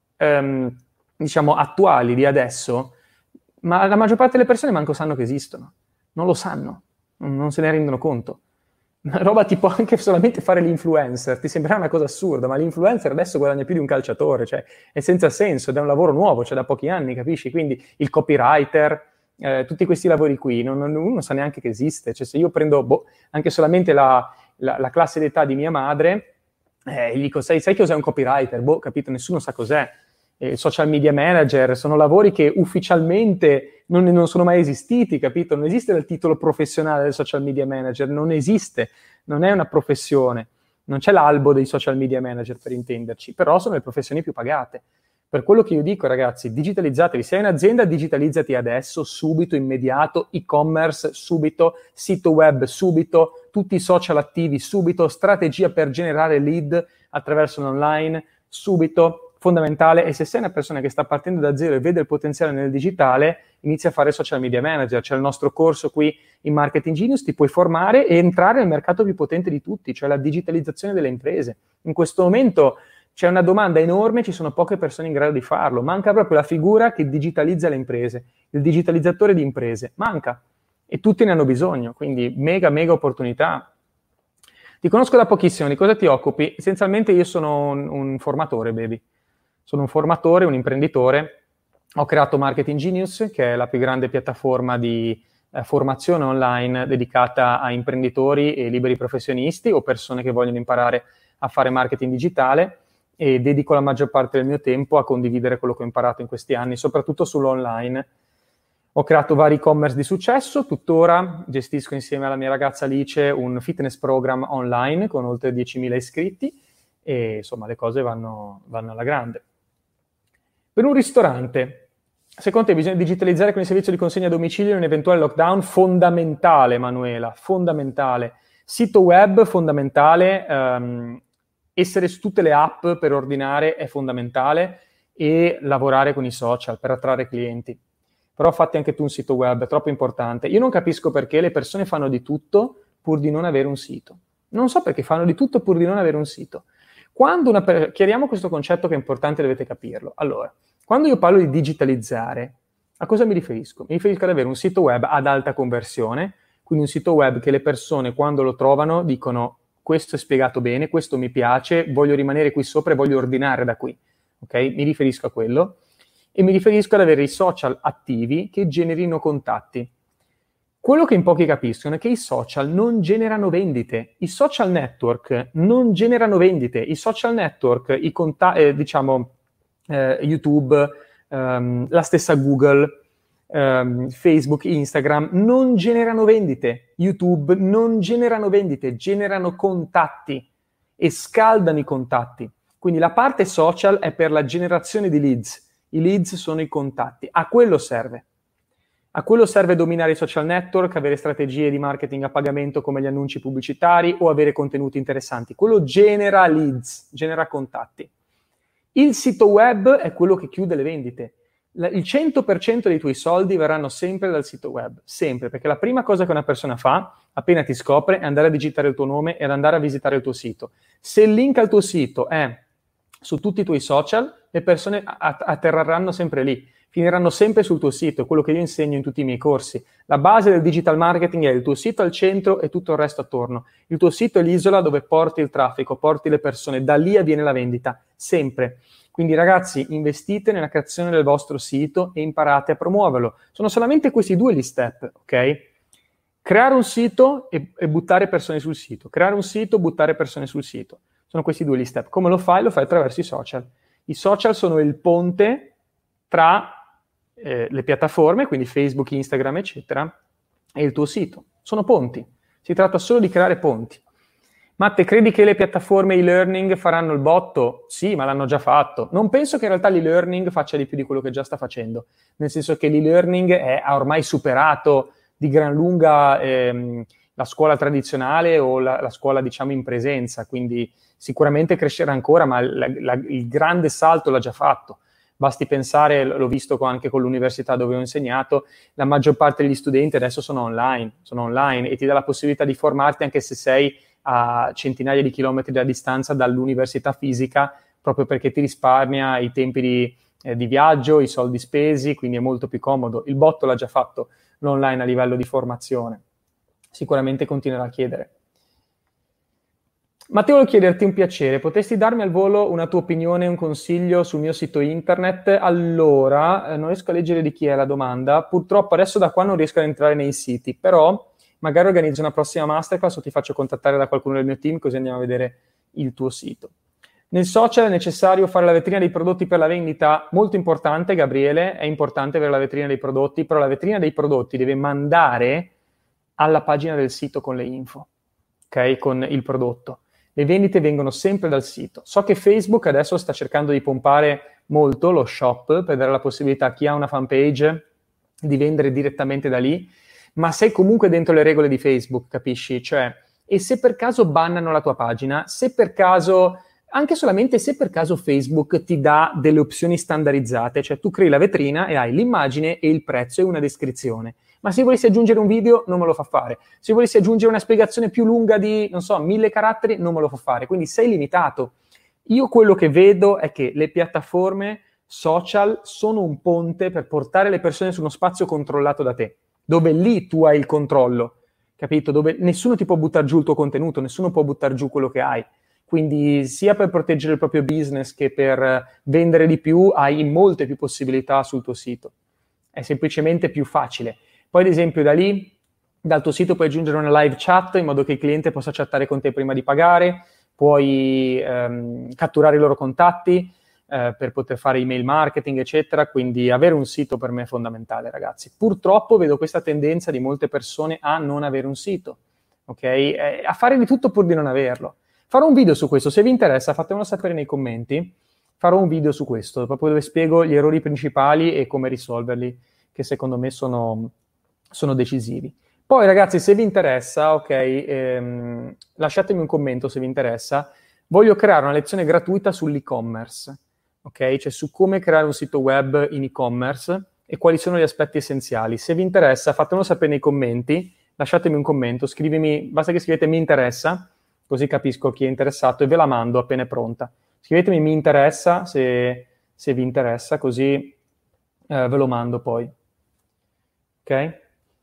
diciamo, attuali di adesso, ma la maggior parte delle persone manco sanno che esistono, non lo sanno, non se ne rendono conto. Una roba tipo anche solamente fare l'influencer, ti sembrerà una cosa assurda, ma l'influencer adesso guadagna più di un calciatore, cioè è senza senso, ed è un lavoro nuovo, cioè da pochi anni, capisci? Quindi il copywriter, tutti questi lavori qui, uno non sa neanche che esiste, cioè se io prendo anche solamente la classe d'età di mia madre, gli dico, sai che cos'è un copywriter? Capito, nessuno sa cos'è. Social media manager, sono lavori che ufficialmente non sono mai esistiti, capito? Non esiste il titolo professionale del social media manager, non esiste, non è una professione, non c'è l'albo dei social media manager per intenderci, però sono le professioni più pagate. Per quello che io dico, ragazzi, digitalizzatevi. Se hai un'azienda, digitalizzati adesso, subito, immediato, e-commerce subito, sito web subito, tutti i social attivi subito, strategia per generare lead attraverso l'online subito, fondamentale. E se sei una persona che sta partendo da zero e vede il potenziale nel digitale, inizia a fare social media manager. C'è il nostro corso qui in Marketing Genius, ti puoi formare e entrare nel mercato più potente di tutti, cioè la digitalizzazione delle imprese. In questo momento c'è una domanda enorme, ci sono poche persone in grado di farlo. Manca proprio la figura che digitalizza le imprese, il digitalizzatore di imprese. Manca. E tutti ne hanno bisogno, quindi mega opportunità. Ti conosco da pochissimo, di cosa ti occupi? Essenzialmente io sono un formatore, baby. Sono un formatore, un imprenditore. Ho creato Marketing Genius, che è la più grande piattaforma di formazione online dedicata a imprenditori e liberi professionisti o persone che vogliono imparare a fare marketing digitale, e dedico la maggior parte del mio tempo a condividere quello che ho imparato in questi anni, soprattutto sull'online. Ho creato vari e-commerce di successo, tuttora gestisco insieme alla mia ragazza Alice un fitness program online con oltre 10.000 iscritti e insomma le cose vanno alla grande. Per un ristorante, secondo te bisogna digitalizzare con il servizio di consegna a domicilio in un eventuale lockdown? Fondamentale, Manuela, fondamentale. Sito web, fondamentale. Essere su tutte le app per ordinare è fondamentale e lavorare con i social per attrarre clienti. Però fatti anche tu un sito web, è troppo importante. Io non capisco perché le persone fanno di tutto pur di non avere un sito. Non so perché fanno di tutto pur di non avere un sito. Chiariamo questo concetto che è importante, dovete capirlo. Allora, quando io parlo di digitalizzare, a cosa mi riferisco? Mi riferisco ad avere un sito web ad alta conversione, quindi un sito web che le persone quando lo trovano dicono questo è spiegato bene, questo mi piace, voglio rimanere qui sopra e voglio ordinare da qui, ok? Mi riferisco a quello. E mi riferisco ad avere i social attivi che generino contatti. Quello che in pochi capiscono è che i social non generano vendite. I social network non generano vendite. I social network, YouTube, la stessa Google, Facebook, Instagram, non generano vendite. YouTube non generano vendite, generano contatti e scaldano i contatti. Quindi la parte social è per la generazione di leads. I leads sono i contatti. A quello serve. A quello serve dominare i social network, avere strategie di marketing a pagamento come gli annunci pubblicitari o avere contenuti interessanti. Quello genera leads, genera contatti. Il sito web è quello che chiude le vendite. Il 100% dei tuoi soldi verranno sempre dal sito web, sempre, perché la prima cosa che una persona fa, appena ti scopre, è andare a digitare il tuo nome e ad andare a visitare il tuo sito. Se il link al tuo sito è su tutti i tuoi social, le persone atterreranno sempre lì. finiranno sempre sul tuo sito, quello che io insegno in tutti i miei corsi. La base del digital marketing è il tuo sito al centro e tutto il resto attorno. Il tuo sito è l'isola dove porti il traffico, porti le persone, da lì avviene la vendita, sempre. Quindi ragazzi, investite nella creazione del vostro sito e imparate a promuoverlo. Sono solamente questi due gli step, ok? Creare un sito e buttare persone sul sito. Creare un sito, buttare persone sul sito. Sono questi due gli step. Come lo fai? Lo fai attraverso i social. I social sono il ponte tra le piattaforme, quindi Facebook, Instagram, eccetera, e il tuo sito. Sono ponti. Si tratta solo di creare ponti. Matte, credi che le piattaforme e-learning faranno il botto? Sì, ma l'hanno già fatto. Non penso che in realtà l'e-learning faccia di più di quello che già sta facendo, nel senso che l'e-learning ha ormai superato di gran lunga la scuola tradizionale o la scuola, diciamo, in presenza, quindi sicuramente crescerà ancora, ma il grande salto l'ha già fatto. Basti pensare, l'ho visto anche con l'università dove ho insegnato, la maggior parte degli studenti adesso sono online e ti dà la possibilità di formarti anche se sei a centinaia di chilometri da distanza dall'università fisica, proprio perché ti risparmia i tempi di viaggio, i soldi spesi, quindi è molto più comodo. Il botto l'ha già fatto l'online a livello di formazione. Sicuramente continuerà a chiedere. Matteo, volevo chiederti un piacere, potresti darmi al volo una tua opinione, un consiglio sul mio sito internet? Allora, non riesco a leggere di chi è la domanda, purtroppo adesso da qua non riesco ad entrare nei siti, però magari organizzo una prossima masterclass o ti faccio contattare da qualcuno del mio team così andiamo a vedere il tuo sito. Nel social è necessario fare la vetrina dei prodotti per la vendita? Molto importante, Gabriele, è importante avere la vetrina dei prodotti, però la vetrina dei prodotti deve mandare alla pagina del sito con le info, ok? Con il prodotto. Le vendite vengono sempre dal sito. So che Facebook adesso sta cercando di pompare molto lo shop per dare la possibilità a chi ha una fanpage di vendere direttamente da lì, ma sei comunque dentro le regole di Facebook, capisci? Cioè, e se per caso bannano la tua pagina, se per caso, anche solamente se per caso Facebook ti dà delle opzioni standardizzate, cioè tu crei la vetrina e hai l'immagine e il prezzo e una descrizione. Ma se volessi aggiungere un video non me lo fa fare. Se volessi aggiungere una spiegazione più lunga di, non so, 1000 caratteri, non me lo fa fare. Quindi sei limitato. Io quello che vedo è che le piattaforme social sono un ponte per portare le persone su uno spazio controllato da te, dove lì tu hai il controllo, capito? Dove nessuno ti può buttare giù il tuo contenuto, nessuno può buttare giù quello che hai. Quindi sia per proteggere il proprio business che per vendere di più hai molte più possibilità sul tuo sito. È semplicemente più facile. Poi ad esempio da lì, dal tuo sito puoi aggiungere una live chat in modo che il cliente possa chattare con te prima di pagare, puoi catturare i loro contatti per poter fare email marketing, eccetera. Quindi avere un sito per me è fondamentale, ragazzi. Purtroppo vedo questa tendenza di molte persone a non avere un sito, ok? A fare di tutto pur di non averlo. Farò un video su questo, se vi interessa fatemelo sapere nei commenti. Farò un video su questo, proprio dove spiego gli errori principali e come risolverli, che secondo me sono decisivi. Poi ragazzi, se vi interessa, ok, lasciatemi un commento se vi interessa, voglio creare una lezione gratuita sull'e-commerce, ok? Cioè su come creare un sito web in e-commerce e quali sono gli aspetti essenziali. Se vi interessa, fatemelo sapere nei commenti, lasciatemi un commento, scrivimi, basta che scrivete mi interessa, così capisco chi è interessato e ve la mando appena è pronta. Scrivetemi mi interessa se vi interessa, così ve lo mando poi. Ok?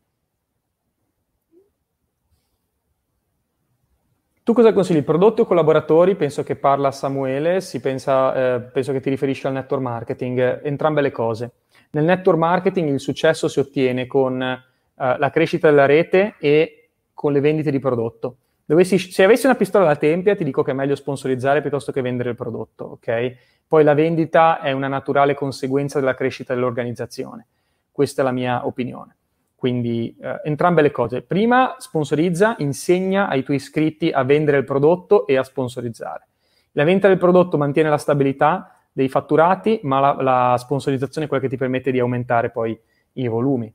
Tu cosa consigli? Prodotti o collaboratori? Penso che parla Samuele, penso che ti riferisci al network marketing, entrambe le cose. Nel network marketing il successo si ottiene con la crescita della rete e con le vendite di prodotto. Se avessi una pistola alla tempia ti dico che è meglio sponsorizzare piuttosto che vendere il prodotto, ok? Poi la vendita è una naturale conseguenza della crescita dell'organizzazione. Questa è la mia opinione. Quindi entrambe le cose. Prima sponsorizza, insegna ai tuoi iscritti a vendere il prodotto e a sponsorizzare. La vendita del prodotto mantiene la stabilità dei fatturati, ma la sponsorizzazione è quella che ti permette di aumentare poi i volumi.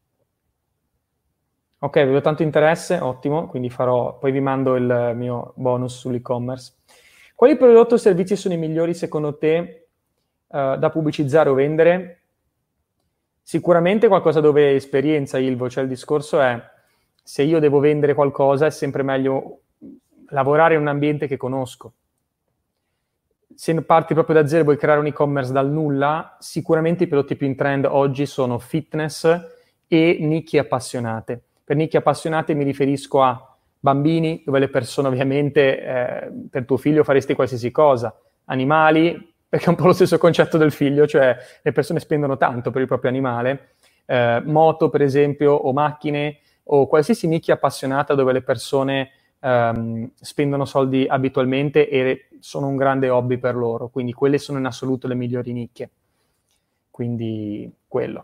Ok, vedo tanto interesse, ottimo, quindi poi vi mando il mio bonus sull'e-commerce. Quali prodotti o servizi sono i migliori secondo te da pubblicizzare o vendere? Sicuramente qualcosa dove hai esperienza, Ilvo, cioè il discorso è se io devo vendere qualcosa è sempre meglio lavorare in un ambiente che conosco. se parti proprio da zero e vuoi creare un e-commerce dal nulla, sicuramente i prodotti più in trend oggi sono fitness e nicchie appassionate. Per nicchie appassionate mi riferisco a bambini, dove le persone ovviamente per tuo figlio faresti qualsiasi cosa, animali, perché è un po' lo stesso concetto del figlio, cioè le persone spendono tanto per il proprio animale, moto per esempio, o macchine, o qualsiasi nicchia appassionata dove le persone spendono soldi abitualmente e sono un grande hobby per loro, quindi quelle sono in assoluto le migliori nicchie, quindi quello.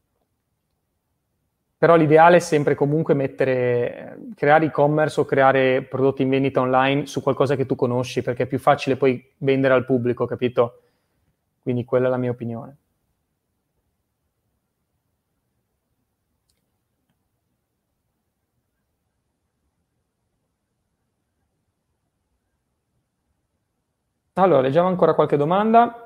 Però l'ideale è sempre comunque creare e-commerce o creare prodotti in vendita online su qualcosa che tu conosci, perché è più facile poi vendere al pubblico, capito? Quindi quella è la mia opinione. Allora, leggiamo ancora qualche domanda.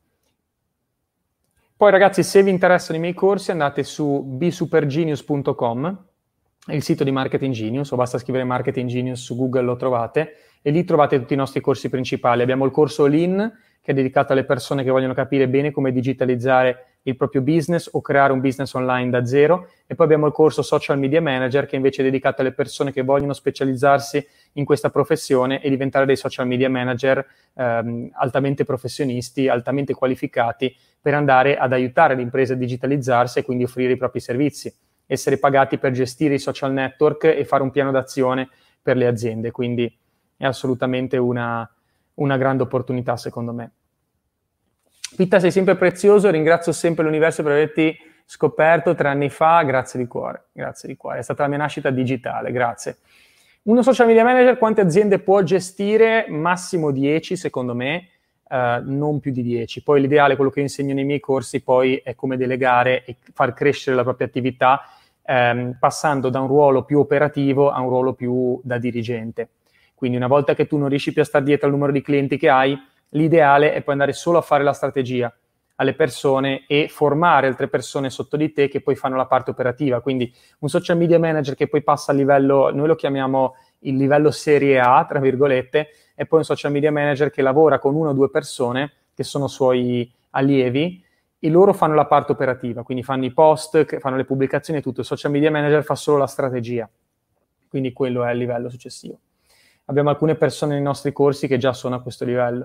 Poi ragazzi, se vi interessano i miei corsi andate su bsupergenius.com, è il sito di Marketing Genius, o basta scrivere Marketing Genius su Google, lo trovate, e lì trovate tutti i nostri corsi principali. Abbiamo il corso All-in, che è dedicato alle persone che vogliono capire bene come digitalizzare il proprio business o creare un business online da zero, e poi abbiamo il corso Social Media Manager, che invece è dedicato alle persone che vogliono specializzarsi in questa professione e diventare dei social media manager altamente professionisti, altamente qualificati, per andare ad aiutare le imprese a digitalizzarsi e quindi offrire i propri servizi, essere pagati per gestire i social network e fare un piano d'azione per le aziende. Quindi è assolutamente una grande opportunità, secondo me. Pitta, sei sempre prezioso, ringrazio sempre l'universo per averti scoperto 3 anni fa, grazie di cuore, è stata la mia nascita digitale, grazie. Uno social media manager quante aziende può gestire? Massimo 10, secondo me, non più di 10. Poi l'ideale, quello che insegno nei miei corsi, poi è come delegare e far crescere la propria attività, passando da un ruolo più operativo a un ruolo più da dirigente. Quindi una volta che tu non riesci più a stare dietro al numero di clienti che hai, l'ideale è poi andare solo a fare la strategia alle persone e formare altre persone sotto di te che poi fanno la parte operativa. Quindi un social media manager che poi passa a livello, noi lo chiamiamo il livello serie A, tra virgolette, e poi un social media manager che lavora con 1 o 2 persone che sono suoi allievi e loro fanno la parte operativa, quindi fanno i post, fanno le pubblicazioni e tutto. Il social media manager fa solo la strategia, quindi quello è il livello successivo. Abbiamo alcune persone nei nostri corsi che già sono a questo livello.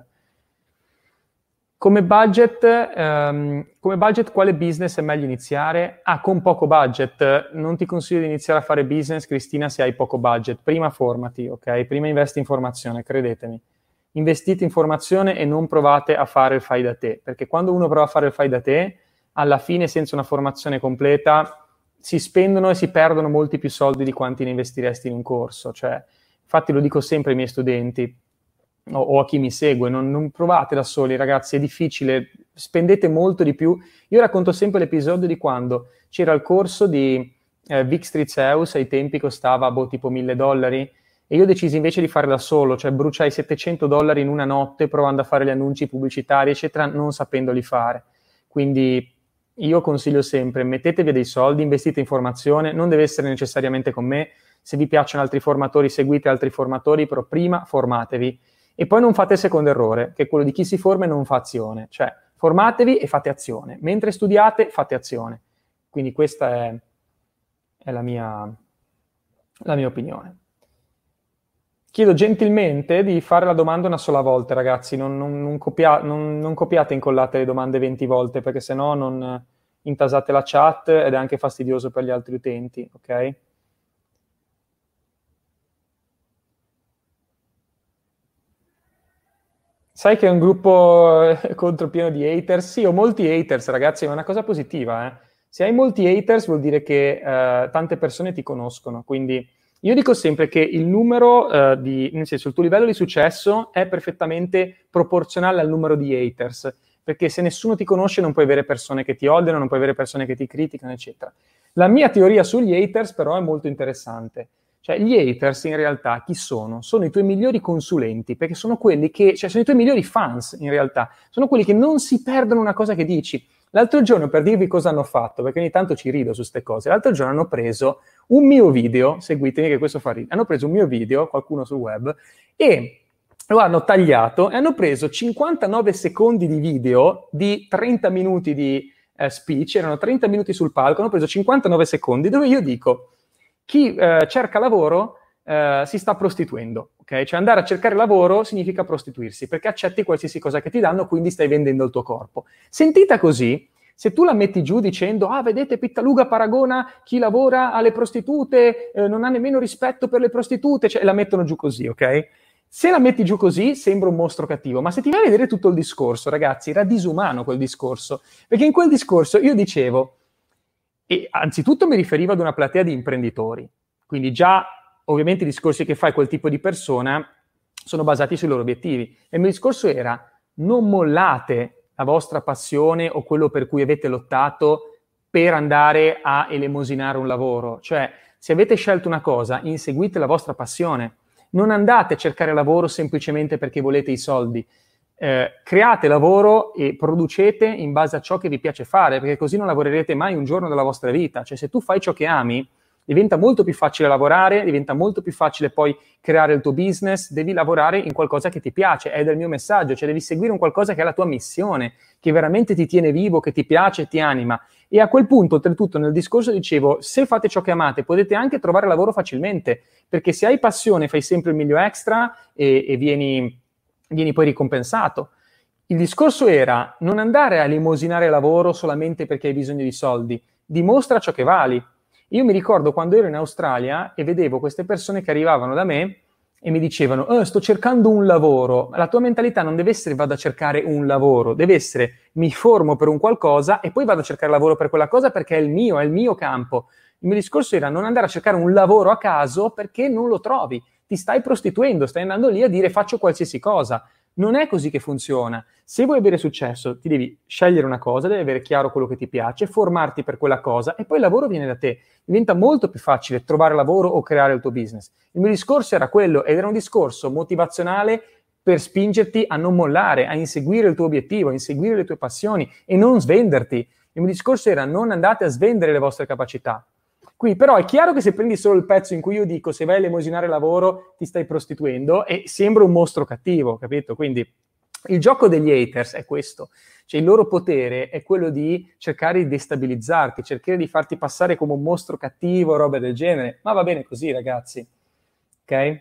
Come budget, quale business è meglio iniziare? Con poco budget. Non ti consiglio di iniziare a fare business, Cristina, se hai poco budget. Prima formati, ok? Prima investi in formazione, credetemi. Investite in formazione e non provate a fare il fai da te, perché quando uno prova a fare il fai da te, alla fine, senza una formazione completa, si spendono e si perdono molti più soldi di quanti ne investiresti in un corso. Cioè, infatti lo dico sempre ai miei studenti, o a chi mi segue, non provate da soli, ragazzi, è difficile, spendete molto di più. Io racconto sempre l'episodio di quando c'era il corso di Vic Strizeus, ai tempi costava tipo $1.000, e io decisi invece di fare da solo, cioè bruciai $700 in una notte provando a fare gli annunci pubblicitari, eccetera, non sapendoli fare. Quindi io consiglio sempre, mettetevi dei soldi, investite in formazione, non deve essere necessariamente con me, se vi piacciono altri formatori seguite altri formatori, però prima formatevi. E poi non fate il secondo errore, che è quello di chi si forma e non fa azione. Cioè, formatevi e fate azione. Mentre studiate, fate azione. Quindi questa è la mia opinione. Chiedo gentilmente di fare la domanda una sola volta, ragazzi. Non copiate e incollate le domande 20 volte, perché sennò non intasate la chat ed è anche fastidioso per gli altri utenti, ok? Sai che è un gruppo contropieno di haters? Sì, ho molti haters, ragazzi, ma è una cosa positiva, eh. Se hai molti haters vuol dire che tante persone ti conoscono, quindi io dico sempre che il numero nel senso, il tuo livello di successo è perfettamente proporzionale al numero di haters, perché se nessuno ti conosce non puoi avere persone che ti odiano, non puoi avere persone che ti criticano, eccetera. La mia teoria sugli haters però è molto interessante. Cioè, gli haters in realtà chi sono? Sono i tuoi migliori consulenti, perché sono quelli che, cioè sono i tuoi migliori fans in realtà, sono quelli che non si perdono una cosa che dici. L'altro giorno, per dirvi cosa hanno fatto, perché ogni tanto ci rido su queste cose, l'altro giorno hanno preso un mio video, seguitemi che questo fa ridere, hanno preso un mio video, qualcuno sul web, e lo hanno tagliato e hanno preso 59 secondi di video di 30 minuti di speech, erano 30 minuti sul palco, hanno preso 59 secondi dove io dico chi cerca lavoro si sta prostituendo, ok? Cioè andare a cercare lavoro significa prostituirsi, perché accetti qualsiasi cosa che ti danno, quindi stai vendendo il tuo corpo. Sentita così, se tu la metti giù dicendo vedete Pittaluga paragona chi lavora alle prostitute, non ha nemmeno rispetto per le prostitute, cioè la mettono giù così, ok? Se la metti giù così sembra un mostro cattivo, ma se ti vai a vedere tutto il discorso, ragazzi, era disumano quel discorso, perché in quel discorso io dicevo, e anzitutto mi riferivo ad una platea di imprenditori, quindi già ovviamente i discorsi che fai quel tipo di persona sono basati sui loro obiettivi, e il mio discorso era non mollate la vostra passione o quello per cui avete lottato per andare a elemosinare un lavoro, cioè se avete scelto una cosa, inseguite la vostra passione. Non andate a cercare lavoro semplicemente perché volete i soldi. Create lavoro e producete in base a ciò che vi piace fare, perché così non lavorerete mai un giorno della vostra vita. Cioè, se tu fai ciò che ami, diventa molto più facile lavorare, diventa molto più facile poi creare il tuo business, devi lavorare in qualcosa che ti piace, è del mio messaggio, cioè devi seguire un qualcosa che è la tua missione, che veramente ti tiene vivo, che ti piace e ti anima. E a quel punto, oltretutto, nel discorso dicevo, se fate ciò che amate, potete anche trovare lavoro facilmente, perché se hai passione fai sempre il miglio extra e vieni poi ricompensato. Il discorso era non andare a elemosinare lavoro solamente perché hai bisogno di soldi, dimostra ciò che vali. Io mi ricordo quando ero in Australia e vedevo queste persone che arrivavano da me e mi dicevano sto cercando un lavoro. La tua mentalità non deve essere vado a cercare un lavoro, deve essere mi formo per un qualcosa e poi vado a cercare lavoro per quella cosa perché è il mio campo. Il mio discorso era non andare a cercare un lavoro a caso perché non lo trovi, ti stai prostituendo, stai andando lì a dire faccio qualsiasi cosa. Non è così che funziona. Se vuoi avere successo, ti devi scegliere una cosa, devi avere chiaro quello che ti piace, formarti per quella cosa e poi il lavoro viene da te. Diventa molto più facile trovare lavoro o creare il tuo business. Il mio discorso era quello ed era un discorso motivazionale per spingerti a non mollare, a inseguire il tuo obiettivo, a inseguire le tue passioni e non svenderti. Il mio discorso era non andate a svendere le vostre capacità. Qui però è chiaro che se prendi solo il pezzo in cui io dico se vai a elemosinare lavoro ti stai prostituendo e sembra un mostro cattivo, capito? Quindi il gioco degli haters è questo, cioè il loro potere è quello di cercare di destabilizzarti, cercare di farti passare come un mostro cattivo, roba del genere, ma va bene così ragazzi, ok?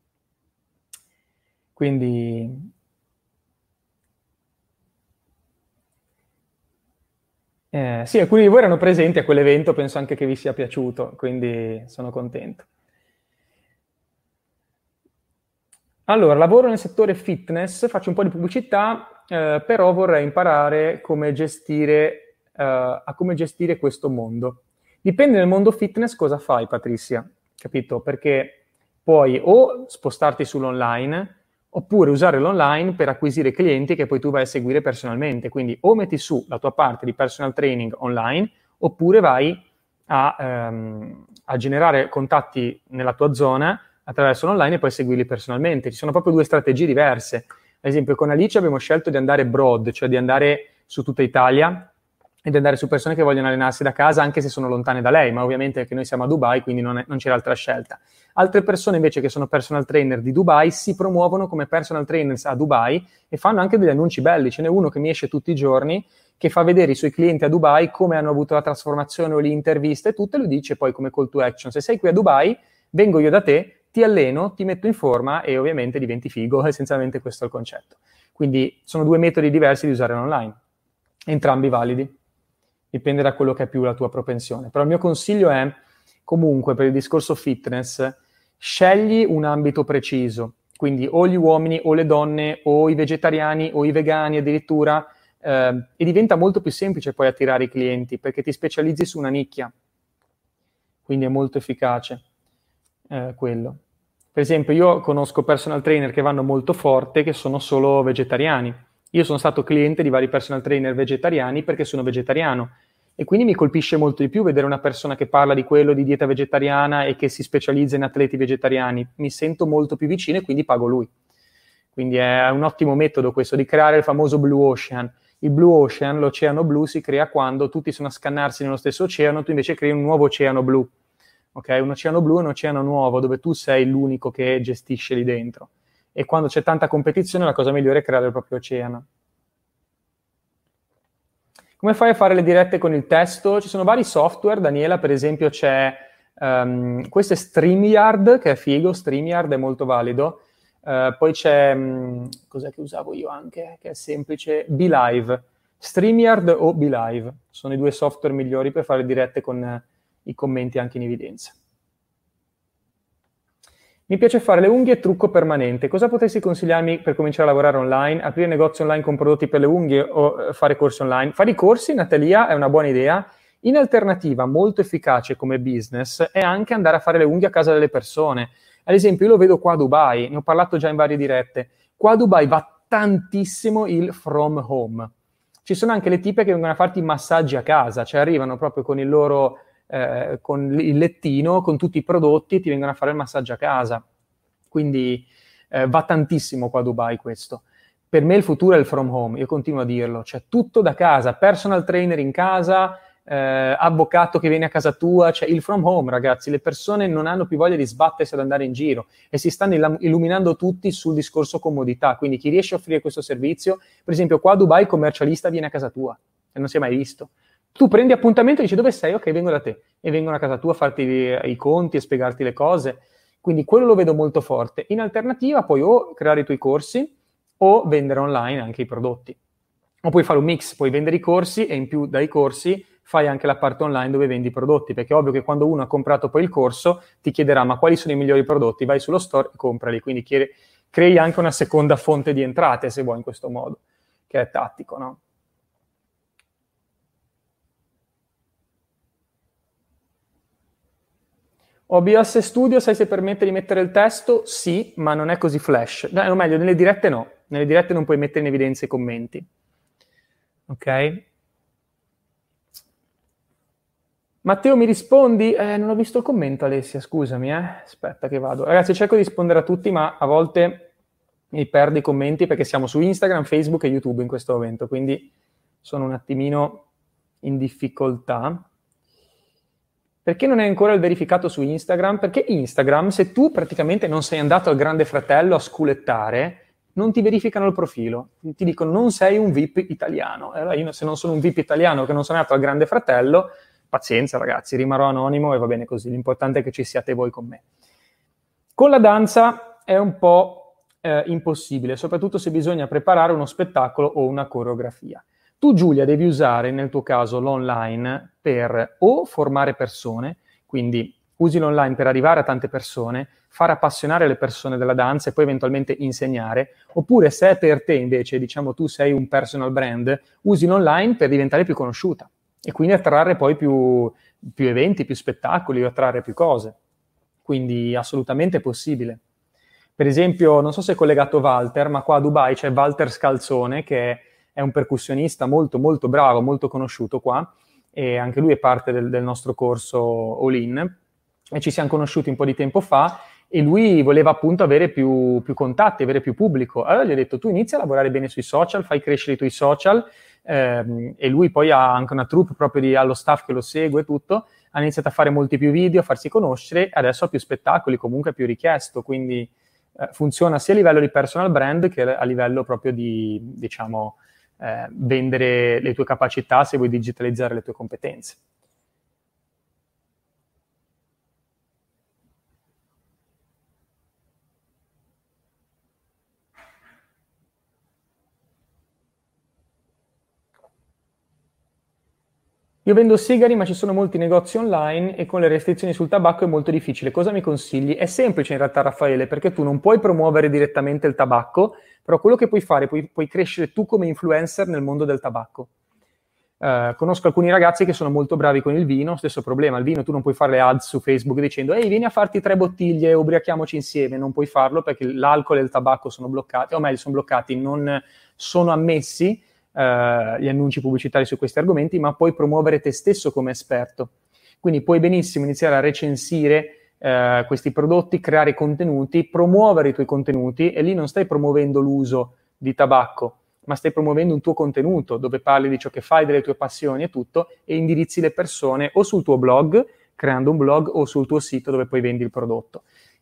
Quindi sì, alcuni di voi erano presenti a quell'evento, penso anche che vi sia piaciuto, quindi sono contento. Allora, lavoro nel settore fitness, faccio un po' di pubblicità, però vorrei imparare come a come gestire questo mondo. Dipende nel mondo fitness cosa fai, Patrizia, capito? Perché puoi o spostarti sull'online, oppure usare l'online per acquisire clienti che poi tu vai a seguire personalmente. Quindi o metti su la tua parte di personal training online, oppure vai a generare contatti nella tua zona attraverso l'online e poi seguirli personalmente. Ci sono proprio due strategie diverse. Ad esempio, con Alice abbiamo scelto di andare broad, cioè di andare su tutta Italia e di andare su persone che vogliono allenarsi da casa anche se sono lontane da lei, ma ovviamente che noi siamo a Dubai, quindi non c'era altra scelta. Altre persone invece che sono personal trainer di Dubai si promuovono come personal trainers a Dubai e fanno anche degli annunci belli. Ce n'è uno che mi esce tutti i giorni che fa vedere i suoi clienti a Dubai come hanno avuto la trasformazione o le interviste e tutto, e lo dice poi come call to action. Se sei qui a Dubai, vengo io da te, ti alleno, ti metto in forma e ovviamente diventi figo, essenzialmente questo è il concetto. Quindi sono due metodi diversi di usare l'online, entrambi validi, dipende da quello che è più la tua propensione. Però il mio consiglio è, comunque, per il discorso fitness, scegli un ambito preciso, quindi o gli uomini o le donne o i vegetariani o i vegani addirittura, e diventa molto più semplice poi attirare i clienti perché ti specializzi su una nicchia, quindi è molto efficace quello. Per esempio io conosco personal trainer che vanno molto forte che sono solo vegetariani. Io sono stato cliente di vari personal trainer vegetariani perché sono vegetariano e quindi mi colpisce molto di più vedere una persona che parla di quello, di dieta vegetariana e che si specializza in atleti vegetariani. Mi sento molto più vicino e quindi pago lui. Quindi è un ottimo metodo questo di creare il famoso Blue Ocean. Il Blue Ocean, l'oceano blu, si crea quando tutti sono a scannarsi nello stesso oceano, tu invece crei un nuovo oceano blu. Ok, un oceano blu è un oceano nuovo dove tu sei l'unico che gestisce lì dentro e quando c'è tanta competizione la cosa migliore è creare il proprio oceano. Come fai a fare le dirette con il testo? Ci sono vari software, Daniela, per esempio c'è, questo è StreamYard, che è figo, StreamYard è molto valido, poi c'è, cos'è che usavo io anche, che è semplice, BeLive, StreamYard o BeLive, sono i due software migliori per fare dirette con i commenti anche in evidenza. Mi piace fare le unghie e trucco permanente. Cosa potresti consigliarmi per cominciare a lavorare online? Aprire negozi online con prodotti per le unghie o fare corsi online? Fare i corsi in atelier è una buona idea. In alternativa, molto efficace come business, è anche andare a fare le unghie a casa delle persone. Ad esempio, io lo vedo qua a Dubai, ne ho parlato già in varie dirette. Qua a Dubai va tantissimo il from home. Ci sono anche le tipe che vengono a farti i massaggi a casa, cioè arrivano proprio con il loro... con il lettino, con tutti i prodotti e ti vengono a fare il massaggio a casa. Quindi va tantissimo qua a Dubai questo. Per me il futuro è il from home, io continuo a dirlo, cioè tutto da casa, personal trainer in casa, avvocato che viene a casa tua, cioè il from home, ragazzi, le persone non hanno più voglia di sbattersi ad andare in giro e si stanno illuminando tutti sul discorso comodità, quindi chi riesce a offrire questo servizio, per esempio qua a Dubai il commercialista viene a casa tua, e non si è mai visto. Tu prendi appuntamento e dici dove sei? Ok, vengo da te. E vengono a casa tua a farti i conti e spiegarti le cose. Quindi quello lo vedo molto forte. In alternativa puoi o creare i tuoi corsi o vendere online anche i prodotti. O puoi fare un mix, puoi vendere i corsi e in più dai corsi fai anche la parte online dove vendi i prodotti, perché è ovvio che quando uno ha comprato poi il corso ti chiederà ma quali sono i migliori prodotti? Vai sullo store e comprali. Quindi crei anche una seconda fonte di entrate, se vuoi, in questo modo, che è tattico, no? OBS Studio, sai se permette di mettere il testo? Sì, ma non è così flash. O meglio, nelle dirette no. Nelle dirette non puoi mettere in evidenza i commenti. Ok? Matteo, mi rispondi? Non ho visto il commento, Alessia, scusami, Aspetta che vado. Ragazzi, cerco di rispondere a tutti, ma a volte mi perdo i commenti perché siamo su Instagram, Facebook e YouTube in questo momento, quindi sono un attimino in difficoltà. Perché non è ancora il verificato su Instagram? Perché Instagram, se tu praticamente non sei andato al Grande Fratello a sculettare, non ti verificano il profilo. Ti dicono non sei un VIP italiano. Allora io se non sono un VIP italiano che non sono andato al Grande Fratello, pazienza ragazzi, rimarrò anonimo e va bene così. L'importante è che ci siate voi con me. Con la danza è un po' impossibile, soprattutto se bisogna preparare uno spettacolo o una coreografia. Tu, Giulia, devi usare nel tuo caso l'online per o formare persone, quindi usi l'online per arrivare a tante persone, far appassionare le persone della danza e poi eventualmente insegnare, oppure se è per te invece, diciamo tu sei un personal brand, usi l'online per diventare più conosciuta e quindi attrarre poi più eventi, più spettacoli, attrarre più cose. Quindi assolutamente possibile. Per esempio, non so se è collegato Walter, ma qua a Dubai c'è Walter Scalzone che è un percussionista molto molto bravo, molto conosciuto qua, e anche lui è parte del nostro corso All In, e ci siamo conosciuti un po' di tempo fa, e lui voleva appunto avere più contatti, avere più pubblico. Allora gli ho detto, tu inizi a lavorare bene sui social, fai crescere i tuoi social, e lui poi ha anche una troupe proprio allo staff che lo segue e tutto, ha iniziato a fare molti più video, a farsi conoscere, adesso ha più spettacoli, comunque è più richiesto, quindi funziona sia a livello di personal brand che a livello proprio di, diciamo, vendere le tue capacità se vuoi digitalizzare le tue competenze. Io vendo sigari, ma ci sono molti negozi online e con le restrizioni sul tabacco è molto difficile. Cosa mi consigli? È semplice in realtà, Raffaele, perché tu non puoi promuovere direttamente il tabacco, però quello che puoi fare, puoi crescere tu come influencer nel mondo del tabacco. Conosco alcuni ragazzi che sono molto bravi con il vino, stesso problema, il vino tu non puoi fare le ads su Facebook dicendo ehi vieni a farti 3 bottiglie, ubriachiamoci insieme, non puoi farlo perché l'alcol e il tabacco sono bloccati, o meglio sono bloccati, non sono ammessi gli annunci pubblicitari su questi argomenti, ma puoi promuovere te stesso come esperto. Quindi puoi benissimo iniziare a recensire questi prodotti, creare contenuti, promuovere i tuoi contenuti e lì non stai promuovendo l'uso di tabacco, ma stai promuovendo un tuo contenuto dove parli di ciò che fai, delle tue passioni e tutto, e indirizzi le persone o sul tuo blog, creando un blog, o sul tuo sito dove poi vendi il prodotto.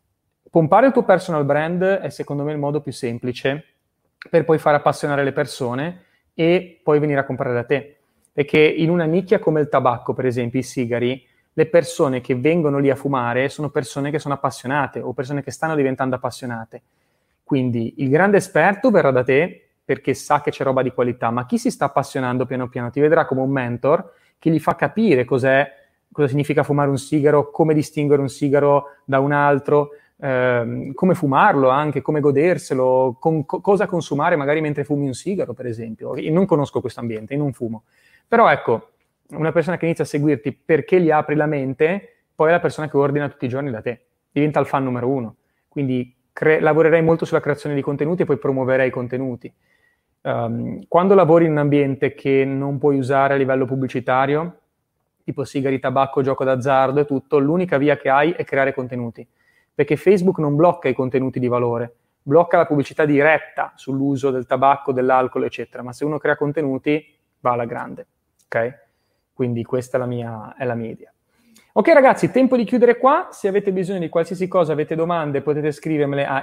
Pompare il tuo personal brand è secondo me il modo più semplice per poi far appassionare le persone e poi venire a comprare da te. Perché in una nicchia come il tabacco, per esempio, i sigari, le persone che vengono lì a fumare sono persone che sono appassionate o persone che stanno diventando appassionate. Quindi il grande esperto verrà da te perché sa che c'è roba di qualità, ma chi si sta appassionando piano piano ti vedrà come un mentor che gli fa capire cosa significa fumare un sigaro, come distinguere un sigaro da un altro, come fumarlo anche, come goderselo, cosa consumare magari mentre fumi un sigaro, per esempio. Io non conosco questo ambiente, io non fumo. Però ecco, una persona che inizia a seguirti perché gli apri la mente, poi è la persona che ordina tutti i giorni da te, diventa il fan numero 1. Quindi lavorerei molto sulla creazione di contenuti e poi promuoverei i contenuti. Quando lavori in un ambiente che non puoi usare a livello pubblicitario, tipo sigari, tabacco, gioco d'azzardo e tutto, l'unica via che hai è creare contenuti. Perché Facebook non blocca i contenuti di valore, blocca la pubblicità diretta sull'uso del tabacco, dell'alcol, eccetera. Ma se uno crea contenuti, va alla grande. Ok? Quindi questa è la mia idea. Ok ragazzi, tempo di chiudere qua. Se avete bisogno di qualsiasi cosa, avete domande, potete scrivermele a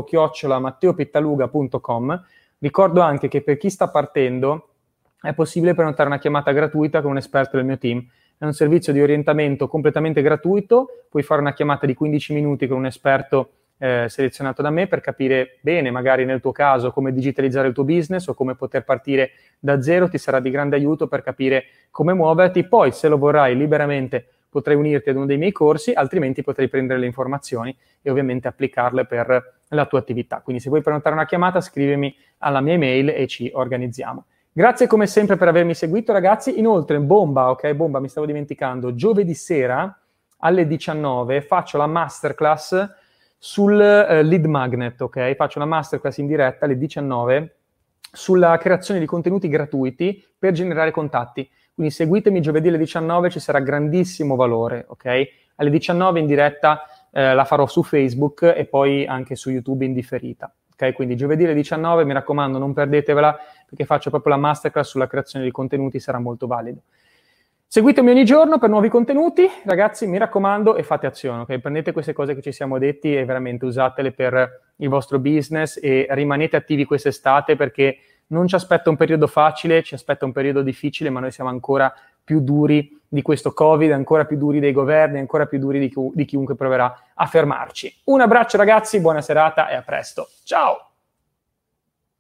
info@matteopittaluga.com. Ricordo anche che per chi sta partendo è possibile prenotare una chiamata gratuita con un esperto del mio team. È un servizio di orientamento completamente gratuito, puoi fare una chiamata di 15 minuti con un esperto selezionato da me per capire bene, magari nel tuo caso, come digitalizzare il tuo business o come poter partire da zero, ti sarà di grande aiuto per capire come muoverti. Poi, se lo vorrai liberamente, potrai unirti ad uno dei miei corsi, altrimenti potrai prendere le informazioni e ovviamente applicarle per la tua attività. Quindi se vuoi prenotare una chiamata, scrivimi alla mia email e ci organizziamo. Grazie come sempre per avermi seguito, ragazzi. Inoltre, bomba, mi stavo dimenticando, giovedì sera alle 19 faccio la masterclass sul lead magnet, ok? Faccio una masterclass in diretta alle 19 sulla creazione di contenuti gratuiti per generare contatti. Quindi seguitemi giovedì alle 19, ci sarà grandissimo valore, ok? Alle 19 in diretta la farò su Facebook e poi anche su YouTube in differita. Ok, quindi giovedì alle 19, mi raccomando, non perdetevela perché faccio proprio la masterclass sulla creazione di contenuti, sarà molto valido. Seguitemi ogni giorno per nuovi contenuti, ragazzi, mi raccomando, e fate azione, ok? Prendete queste cose che ci siamo detti e veramente usatele per il vostro business e rimanete attivi quest'estate perché non ci aspetta un periodo facile, ci aspetta un periodo difficile, ma noi siamo ancora più duri di questo Covid, ancora più duri dei governi, ancora più duri di chiunque proverà a fermarci. Un abbraccio ragazzi, buona serata e a presto. Ciao!